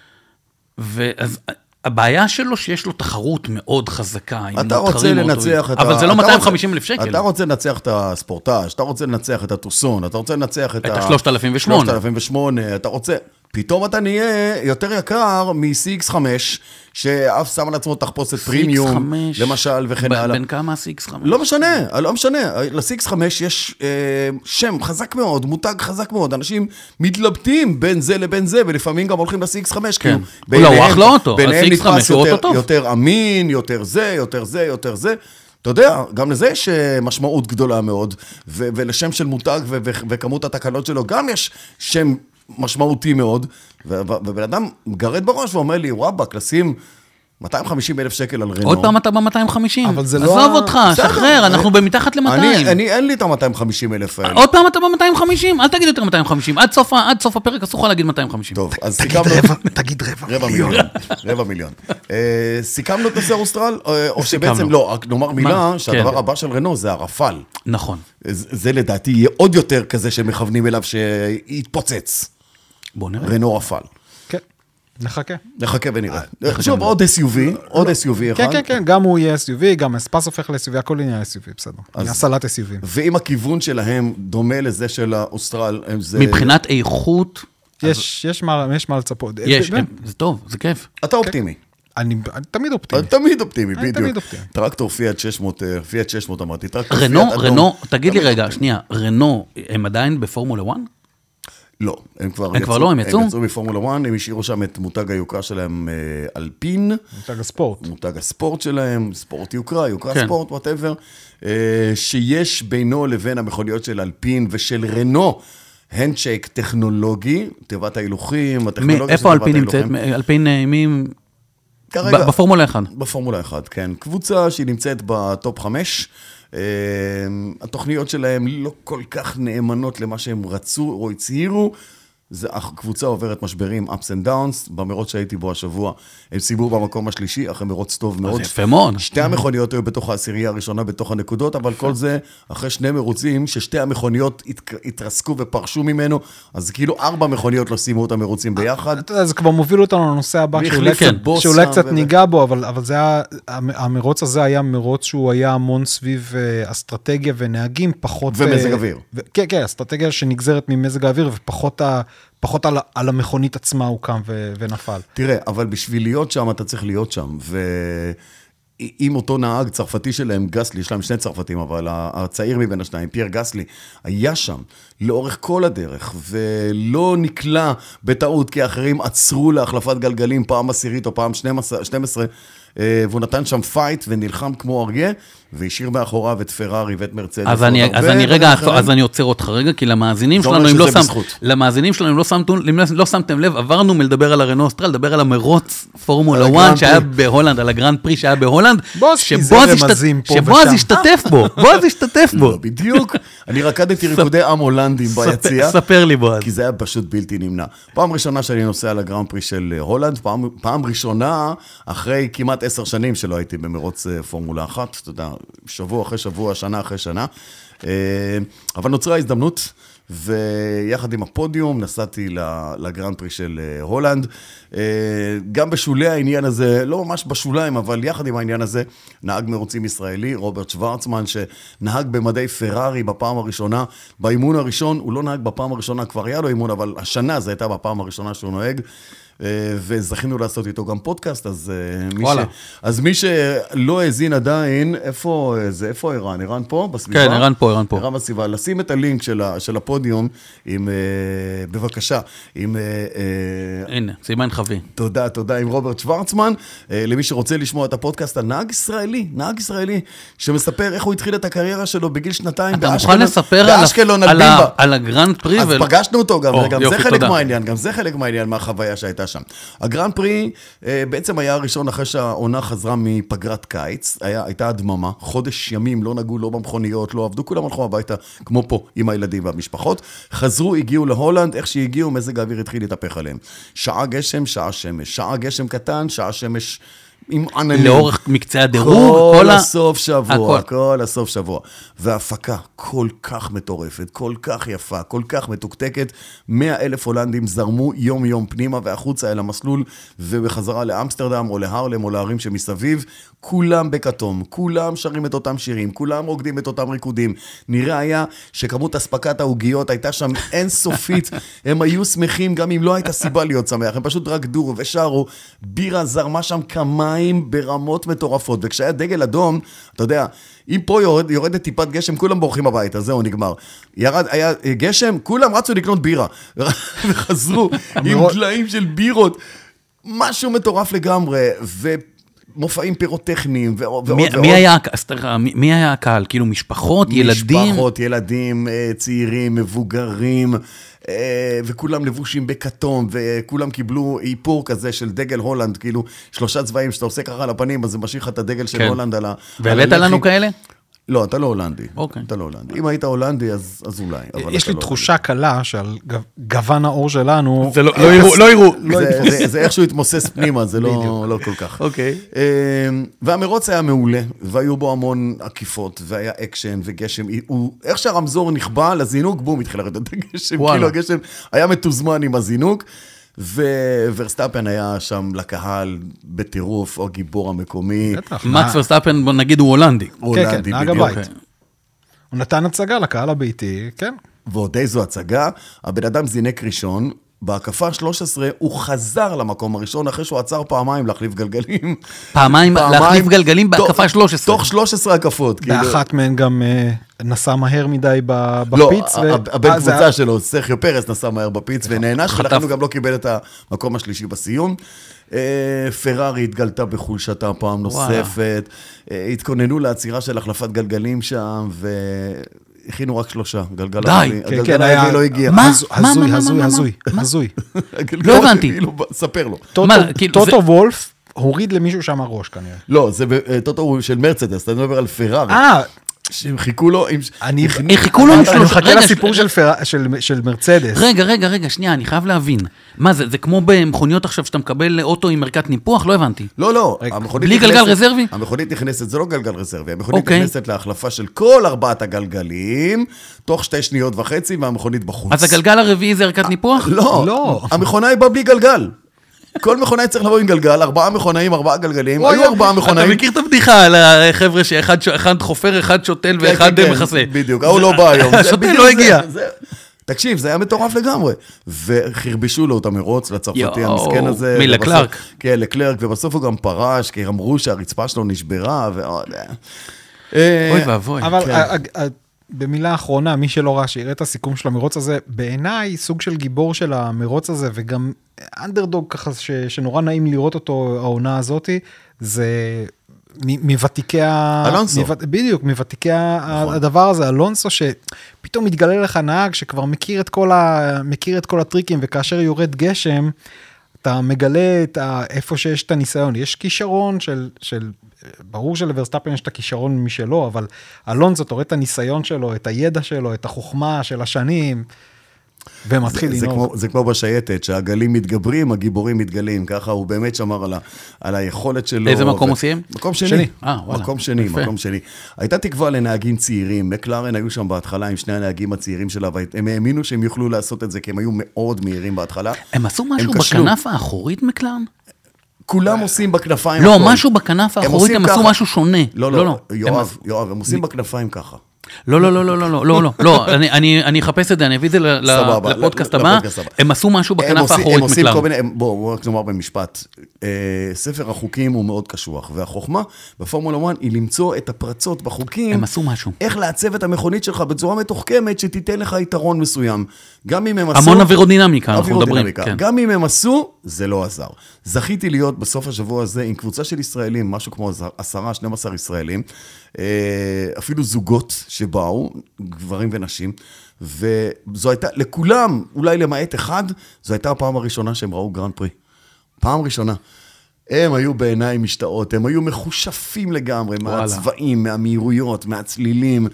ואז הבעיה שלו שיש לו תחרות מאוד חזקה. אתה רוצה לנצח את ה... אבל זה לא מאתיים וחמישים אלף שקל. אתה רוצה לנצח את הספורטאז', אתה רוצה לנצח את הטוסון, אתה רוצה לנצח את ה... את ה-שלושת אלפים ושמונה. שלושת אלפים ושמונה, אתה רוצה... פתאום אתה נהיה יותר יקר מ-סי אקס חמש, שאף שם על עצמו תחפושת פרימיום, למשל, וכן הלאה. בין כמה ה-סי אקס חמש? לא משנה, לא משנה. ל-סי אקס חמש יש אה, שם חזק מאוד, מותג חזק מאוד. אנשים מתלבטים בין זה לבין זה, ולפעמים גם הולכים ל-סי אקס חמש. כן. כאילו, לא, הוא אך לא אותו. ביניהם נתפס יותר, יותר, יותר אמין, יותר זה, יותר זה, יותר זה. אתה יודע, גם לזה יש משמעות גדולה מאוד, ו- ולשם של מותג ו- ו- וכמות התקלות שלו, גם יש שם משמעותי מאוד, ובן אדם גרד בראש ואומר לי, וואבק, לשים מאתיים וחמישים אלף שקל על רנו. עוד פעם אתה ב-מאתיים וחמישים. אבל זה לא... עזוב אותך, שחרר, אנחנו במתחת ל-מאתיים. אני, אין לי את ה-מאתיים וחמישים אלף האלה. עוד פעם אתה ב-מאתיים וחמישים? אל תגיד יותר מאתיים וחמישים. עד סוף הפרק אסור לך להגיד מאתיים וחמישים. טוב, אז תגיד סיכמנו... רבע, תגיד רבע. רבע מיליון. רבע מיליון. סיכמנו את נושא אוסטרל, או שבעצם לא, רק נאמר מילה, שהדבר הבא של רנו זה הרפל. נכון. זה לדעתי יהיה עוד יותר כזה שמכוונים אליו שיתפוצץ. בוא נראה. רנו רפל. כן, נחכה. נחכה ונראה. שוב, עוד אס יו וי, עוד אס יו וי אחד. כן, כן, כן, גם הוא יהיה אס יו וי, גם הספס הופך ל-אס יו וי, הכל עניין אס יו וי, בסדר. נהיה סלט אס יו וי. ואם הכיוון שלהם דומה לזה של האוסטרל, זה... מבחינת איכות... יש מה לצפות. יש, זה טוב, זה כיף. אתה אופטימי. אני תמיד אופטימי. תמיד אופטימי, אני בדיוק. תמיד אופטימי. טרקטור פיאט שש מאות, פיאט שש מאות אמרתי. רנו, רנו, תגיד לי רגע, שנייה, רנו, הם עדיין בפורמולה אחת? לא, הם כבר הם כבר לא, הם יצאו? הם יצאו בפורמולה אחת, הם השאירו שם את מותג היוקרה שלהם אלפין. מותג הספורט. מותג הספורט שלהם, ספורט יוקרה, יוקרה ספורט, whatever, שיש בינו לבין המכוניות של אלפין ושל רנו, הנדשייק טכנולוגי, תיבת ההילוכים, הטכנולוגיה איפה אלפין נמצאת? אלפין מי... בפורמולה אחת. בפורמולה אחת, כן. קבוצה שהיא נמצאת בטופ חמש, התוכניות שלהם לא כל כך נאמנות למה שהם רצו או הצהירו, הקבוצה עוברת משברים, ups and downs, במרוץ שהייתי בו השבוע, הם סיימו במקום השלישי, אחרי מרוץ טוב מאוד. זה יפה מאוד. שתי המכוניות היו בתוך העשירייה הראשונה, בתוך הנקודות, אבל כל זה אחרי שני מרוצים, ששתי המכוניות התרסקו ופרשו ממנו, אז כאילו ארבע מכוניות לא סיימו את המרוצים ביחד. אתה יודע, זה כבר מוביל אותנו לנושא הבא, שאולי קצת ניגע בו, אבל זה היה, המרוץ הזה היה מרוץ שהוא היה המון סביב אסטרטגיה ונהגים, פחות... ומזג אוויר. כן, כן, אסטרטגיה שנגזרת ממזג האוויר, ופחות ה... פחות על, על המכונית עצמה הוא קם ו, ונפל. תראה, אבל בשביל להיות שם, אתה צריך להיות שם, ואם אותו נהג צרפתי שלהם, גסלי, יש להם שני צרפתים, אבל הצעיר מבין השניים, פייר גסלי, היה שם לאורך כל הדרך, ולא נקלע בטעות, כי האחרים עצרו להחלפת גלגלים פעם עשירית או פעם שתים עשרה, והוא נתן שם פייט ונלחם כמו אריה, והשאיר מאחוריו את פרארי ואת מרצדס. אז אני, אז אני רגע, אז אני עוצר אותך רגע, כי למאזינים שלנו, אם לא שם, למאזינים שלנו, אם לא שמתם, אם לא שמתם לב, עברנו מלדבר על הרנו אוסטרל, לדבר על המרוץ פורמולה אחת שהיה בהולנד, על הגרנד פרי שהיה בהולנד, שבועז השתתף בו, בועז השתתף בו. לא, בדיוק. אני רקדתי ריקודי עם הולנדים ביציאה. ספר לי בועז. כי זה היה פשוט בלתי נמנע. פעם ראשונה שאני נוסע על הגרנד פרי של הולנד, פעם, פעם ראשונה, אחרי כמעט עשר שנים שלא הייתי במרוץ פורמולה אחת, אתה יודע, שבוע אחרי שבוע, שנה אחרי שנה, אבל נוצרה הזדמנות, ויחד עם הפודיום נסעתי לגרנד פרי של הולנד, גם בשולי העניין הזה, לא ממש בשוליים, אבל יחד עם העניין הזה, נהג מרוצים ישראלי, רוברט שוורצמן, שנהג במדי פרארי בפעם הראשונה, באימון הראשון, הוא לא נהג בפעם הראשונה, כבר היה לו אימון, אבל השנה זה הייתה בפעם הראשונה שהוא נוהג, וזכינו לעשות איתו גם פודקאסט, אז מי, ש... אז מי שלא האזין עדיין, איפה זה, איפה אירן? אירן פה בסביבה? כן, אירן פה, אירן פה. אירן בסביבה. לשים את הלינק של, ה... של הפודיום, עם, בבקשה, עם... הנה, סימן חבי. תודה, תודה, עם רוברט שוורצמן, למי שרוצה לשמוע את הפודקאסט, הנהג ישראלי, נהג ישראלי, שמספר איך הוא התחיל את הקריירה שלו בגיל שנתיים, אתה מוכן לספר על, על הגרנד פרי? אז פגשנו אותו גם, וגם זה חלק מהעניין, גם זה חלק מהעניין מהחוויה שהייתה שם. הגרנד פרי בעצם היה הראשון אחרי שהעונה חזרה מפגרת קיץ, היה, הייתה הדממה, חודש ימים, לא נגעו, לא במכוניות, לא עבדו, כולם הלכו הביתה, כמו פה, עם הילדים והמשפחות. חזרו, הגיעו להולנד, איך שהגיעו, מזג האוויר התחיל להתהפך עליהם. שעה גשם, שעה שמש, שעה גשם קטן, שעה שמש עם עננים. לאורך מקצה הדירוג, כל הסוף שבוע, כל הסוף שבוע. וההפקה כל כך מטורפת, כל כך יפה, כל כך מתוקתקת. מאה אלף הולנדים זרמו יום יום פנימה והחוצה אל המסלול, ובחזרה לאמסטרדם או להרלם או לערים שמסביב. כולם בכתום, כולם שרים את אותם שירים, כולם רוקדים את אותם ריקודים. נראה היה שכמות הספקת ההוגיות הייתה שם אינסופית. הם היו שמחים גם אם לא הייתה סיבה להיות שמח. הם פשוט רקדו ושרו. בירה זרמה שם כמיים ברמות מטורפות. וכשהיה דגל אדום, אתה יודע, אם פה יורד, יורדת טיפת גשם, כולם בורחים הביתה, זהו נגמר. ירד, היה גשם, כולם רצו לקנות בירה. וחזרו עם דליים של בירות. משהו מטורף לגמרי, ו... מופעים פירוטכניים ועוד ועוד. מי היה, מי היה הקהל? כאילו משפחות, ילדים? משפחות, ילדים, צעירים, מבוגרים, וכולם לבושים בכתום, וכולם קיבלו איפור כזה של דגל הולנד, כאילו שלושה צבעים שאתה עושה ככה על הפנים, אז זה משאיר את הדגל של הולנד על הלחי. והבאת לנו כאלה? לא, אתה לא הולנדי. אוקיי. אתה לא הולנדי. אם היית הולנדי, אז, אז אולי. יש לי תחושה קלה שעל גוון האור שלנו... זה לא, לא יראו, לא יראו. זה, זה, זה איכשהו התמוסס פנימה, זה לא, לא כל כך. אוקיי. והמרוץ היה מעולה, והיו בו המון עקיפות, והיה אקשן וגשם. הוא, איך שהרמזור נכבה לזינוק, בום, התחיל לרדת את הגשם. כאילו הגשם היה מתוזמן עם הזינוק. וורסטאפן היה שם לקהל בטירוף, או גיבור המקומי. מקס וורסטאפן, בוא נגיד, הוא הולנדי. כן, כן, נהג הבית. הוא נתן הצגה לקהל הביתי, כן. ועוד איזו הצגה, הבן אדם זינק ראשון, בהקפה שלוש עשרה הוא חזר למקום הראשון, אחרי שהוא עצר פעמיים להחליף גלגלים. פעמיים להחליף גלגלים בהקפה שלוש עשרה. תוך שלוש עשרה הקפות. באחת מהן גם נסע מהר מדי בפיץ. לא, הבן קבוצה שלו, סרחיו פרס, נסע מהר בפיץ, ונענש, ולכן הוא גם לא קיבל את המקום השלישי בסיום. פרארי התגלתה בחולשתה פעם נוספת, התכוננו לעצירה של החלפת גלגלים שם, ו... הכינו רק שלושה, גלגל די, הגלגל הרביעי לא הגיע. מה? הזוי, הזוי, הזוי, הזוי. לא הבנתי. ספר לו. טוטו וולף הוריד למישהו שם הראש כנראה. לא, זה טוטו של מרצדס, אתה מדבר על פרארי. אה, שהם חיכו לו, אני חיכו לו עם שלושה, אני מחכה לסיפור של מרצדס. רגע, רגע, רגע, שנייה, אני חייב להבין. מה זה, זה כמו במכוניות עכשיו שאתה מקבל אוטו עם מרכת ניפוח? לא הבנתי. לא, לא. בלי גלגל רזרבי? המכונית נכנסת, זה לא גלגל רזרבי, המכונית נכנסת להחלפה של כל ארבעת הגלגלים, תוך שתי שניות וחצי, והמכונית בחוץ. אז הגלגל הרביעי זה ערכת ניפוח? לא, המכונה היא בא בלי גלגל. כל מכונאי צריך לבוא עם גלגל, ארבעה מכונאים, ארבעה גלגלים, היו ארבעה מכונאים. אתה מכיר את הבדיחה על החבר'ה שאחד חופר, אחד שוטל ואחד מכסה. בדיוק, הוא לא בא היום. השוטל לא הגיע. תקשיב, זה היה מטורף לגמרי. וחרבשו לו את המרוץ לצרפתי המסכן הזה. מי, לקלרק? כן, לקלרק, ובסוף הוא גם פרש, כי אמרו שהרצפה שלו נשברה, ועוד... אוי ואבוי. אבל במילה האחרונה, מי שלא ראה שיראה את הסיכום של המרוץ הזה, בעיניי סוג של גיבור של המרוץ הזה, וגם אנדרדוג ככה שנורא נעים לראות אותו העונה הזאת, זה מוותיקי ה... אלונסו. בדיוק, מוותיקי הדבר הזה, אלונסו, שפתאום מתגלה לך נהג שכבר מכיר את כל ה... מכיר את כל הטריקים, וכאשר יורד גשם, אתה מגלה את ה... איפה שיש את הניסיון. יש כישרון של... של... ברור שלוורסטאפן יש את הכישרון משלו, אבל אלונסו, אתה רואה את הניסיון שלו, את הידע שלו, את החוכמה של השנים, ומתחיל זה, לנהוג. זה, כמו, זה כמו בשייטת, שהגלים מתגברים, הגיבורים מתגלים, ככה הוא באמת שמר על, ה, על היכולת שלו. איזה מקום ו... הוא סיים? מקום שני. שני. אה, וואלה. מקום שני, יפה. מקום שני. הייתה תקווה לנהגים צעירים, מקלרן היו שם בהתחלה עם שני הנהגים הצעירים שלה, והם האמינו שהם יוכלו לעשות את זה, כי הם היו מאוד מהירים בהתחלה. הם עשו משהו הם בכנף האחורית, מקלרן? כולם עושים בכנפיים. לא, הכל. משהו בכנף האחורית, הם עשו משהו שונה. לא, לא, יואב, יואב, הם עושים בכנפיים ככה. לא, לא, לא, לא, לא, לא, לא, לא, אני, אני, אני אחפש את זה, אני אביא את זה לפודקאסט הבא, הם עשו משהו בכנף האחורית מקלרן. בואו, בואו רק נאמר במשפט, ספר החוקים הוא מאוד קשוח, והחוכמה בפורמולה אחת היא למצוא את הפרצות בחוקים, הם עשו משהו. איך לעצב את המכונית שלך בצורה מתוחכמת, שתיתן לך יתרון מסוים. גם אם הם עשו... המון אווירודינמיקה, אנחנו מדברים. גם אם הם עשו, זה לא עזר. זכיתי להיות בסוף השבוע הזה עם קבוצה של ישראלים, משהו כמו עשרה, שנים עשר ישראלים, אפילו זוגות שבאו, גברים ונשים, וזו הייתה, לכולם, אולי למעט אחד, זו הייתה הפעם הראשונה שהם ראו גרנד פרי. פעם ראשונה. הם היו בעיניים משתאות, הם היו מחושפים לגמרי, מהצבעים, מהמהירויות, מהצלילים,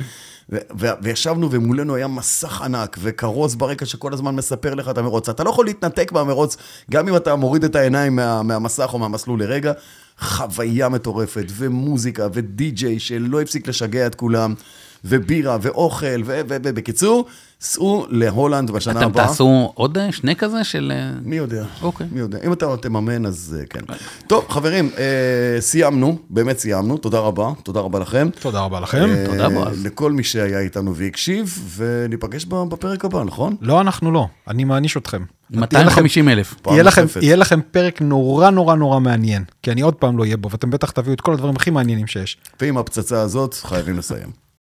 וישבנו ומולנו היה מסך ענק, וקרוס ברקע שכל הזמן מספר לך את המרוץ. אתה לא יכול להתנתק מהמרוץ, גם אם אתה מוריד את העיניים מה, מהמסך או מהמסלול לרגע, חוויה מטורפת, ומוזיקה, ודי-ג'יי שלא הפסיק לשגע את כולם, ובירה, ואוכל, ובקיצור, סעו להולנד בשנה הבאה. אתם תעשו עוד שני כזה של... מי יודע, אוקיי. מי יודע. אם אתה תממן, אז כן. טוב, חברים, סיימנו, באמת סיימנו, תודה רבה, תודה רבה לכם. תודה רבה לכם. תודה רבה. לכל מי שהיה איתנו והקשיב, וניפגש בפרק הבא, נכון? לא, אנחנו לא, אני מעניש אתכם. מאתיים וחמישים אלף. יהיה לכם פרק נורא נורא נורא מעניין, כי אני עוד פעם לא אהיה בו, ואתם בטח תביאו את כל הדברים הכי מעניינים שיש. ועם הפצצה הזאת חייבים לסיים.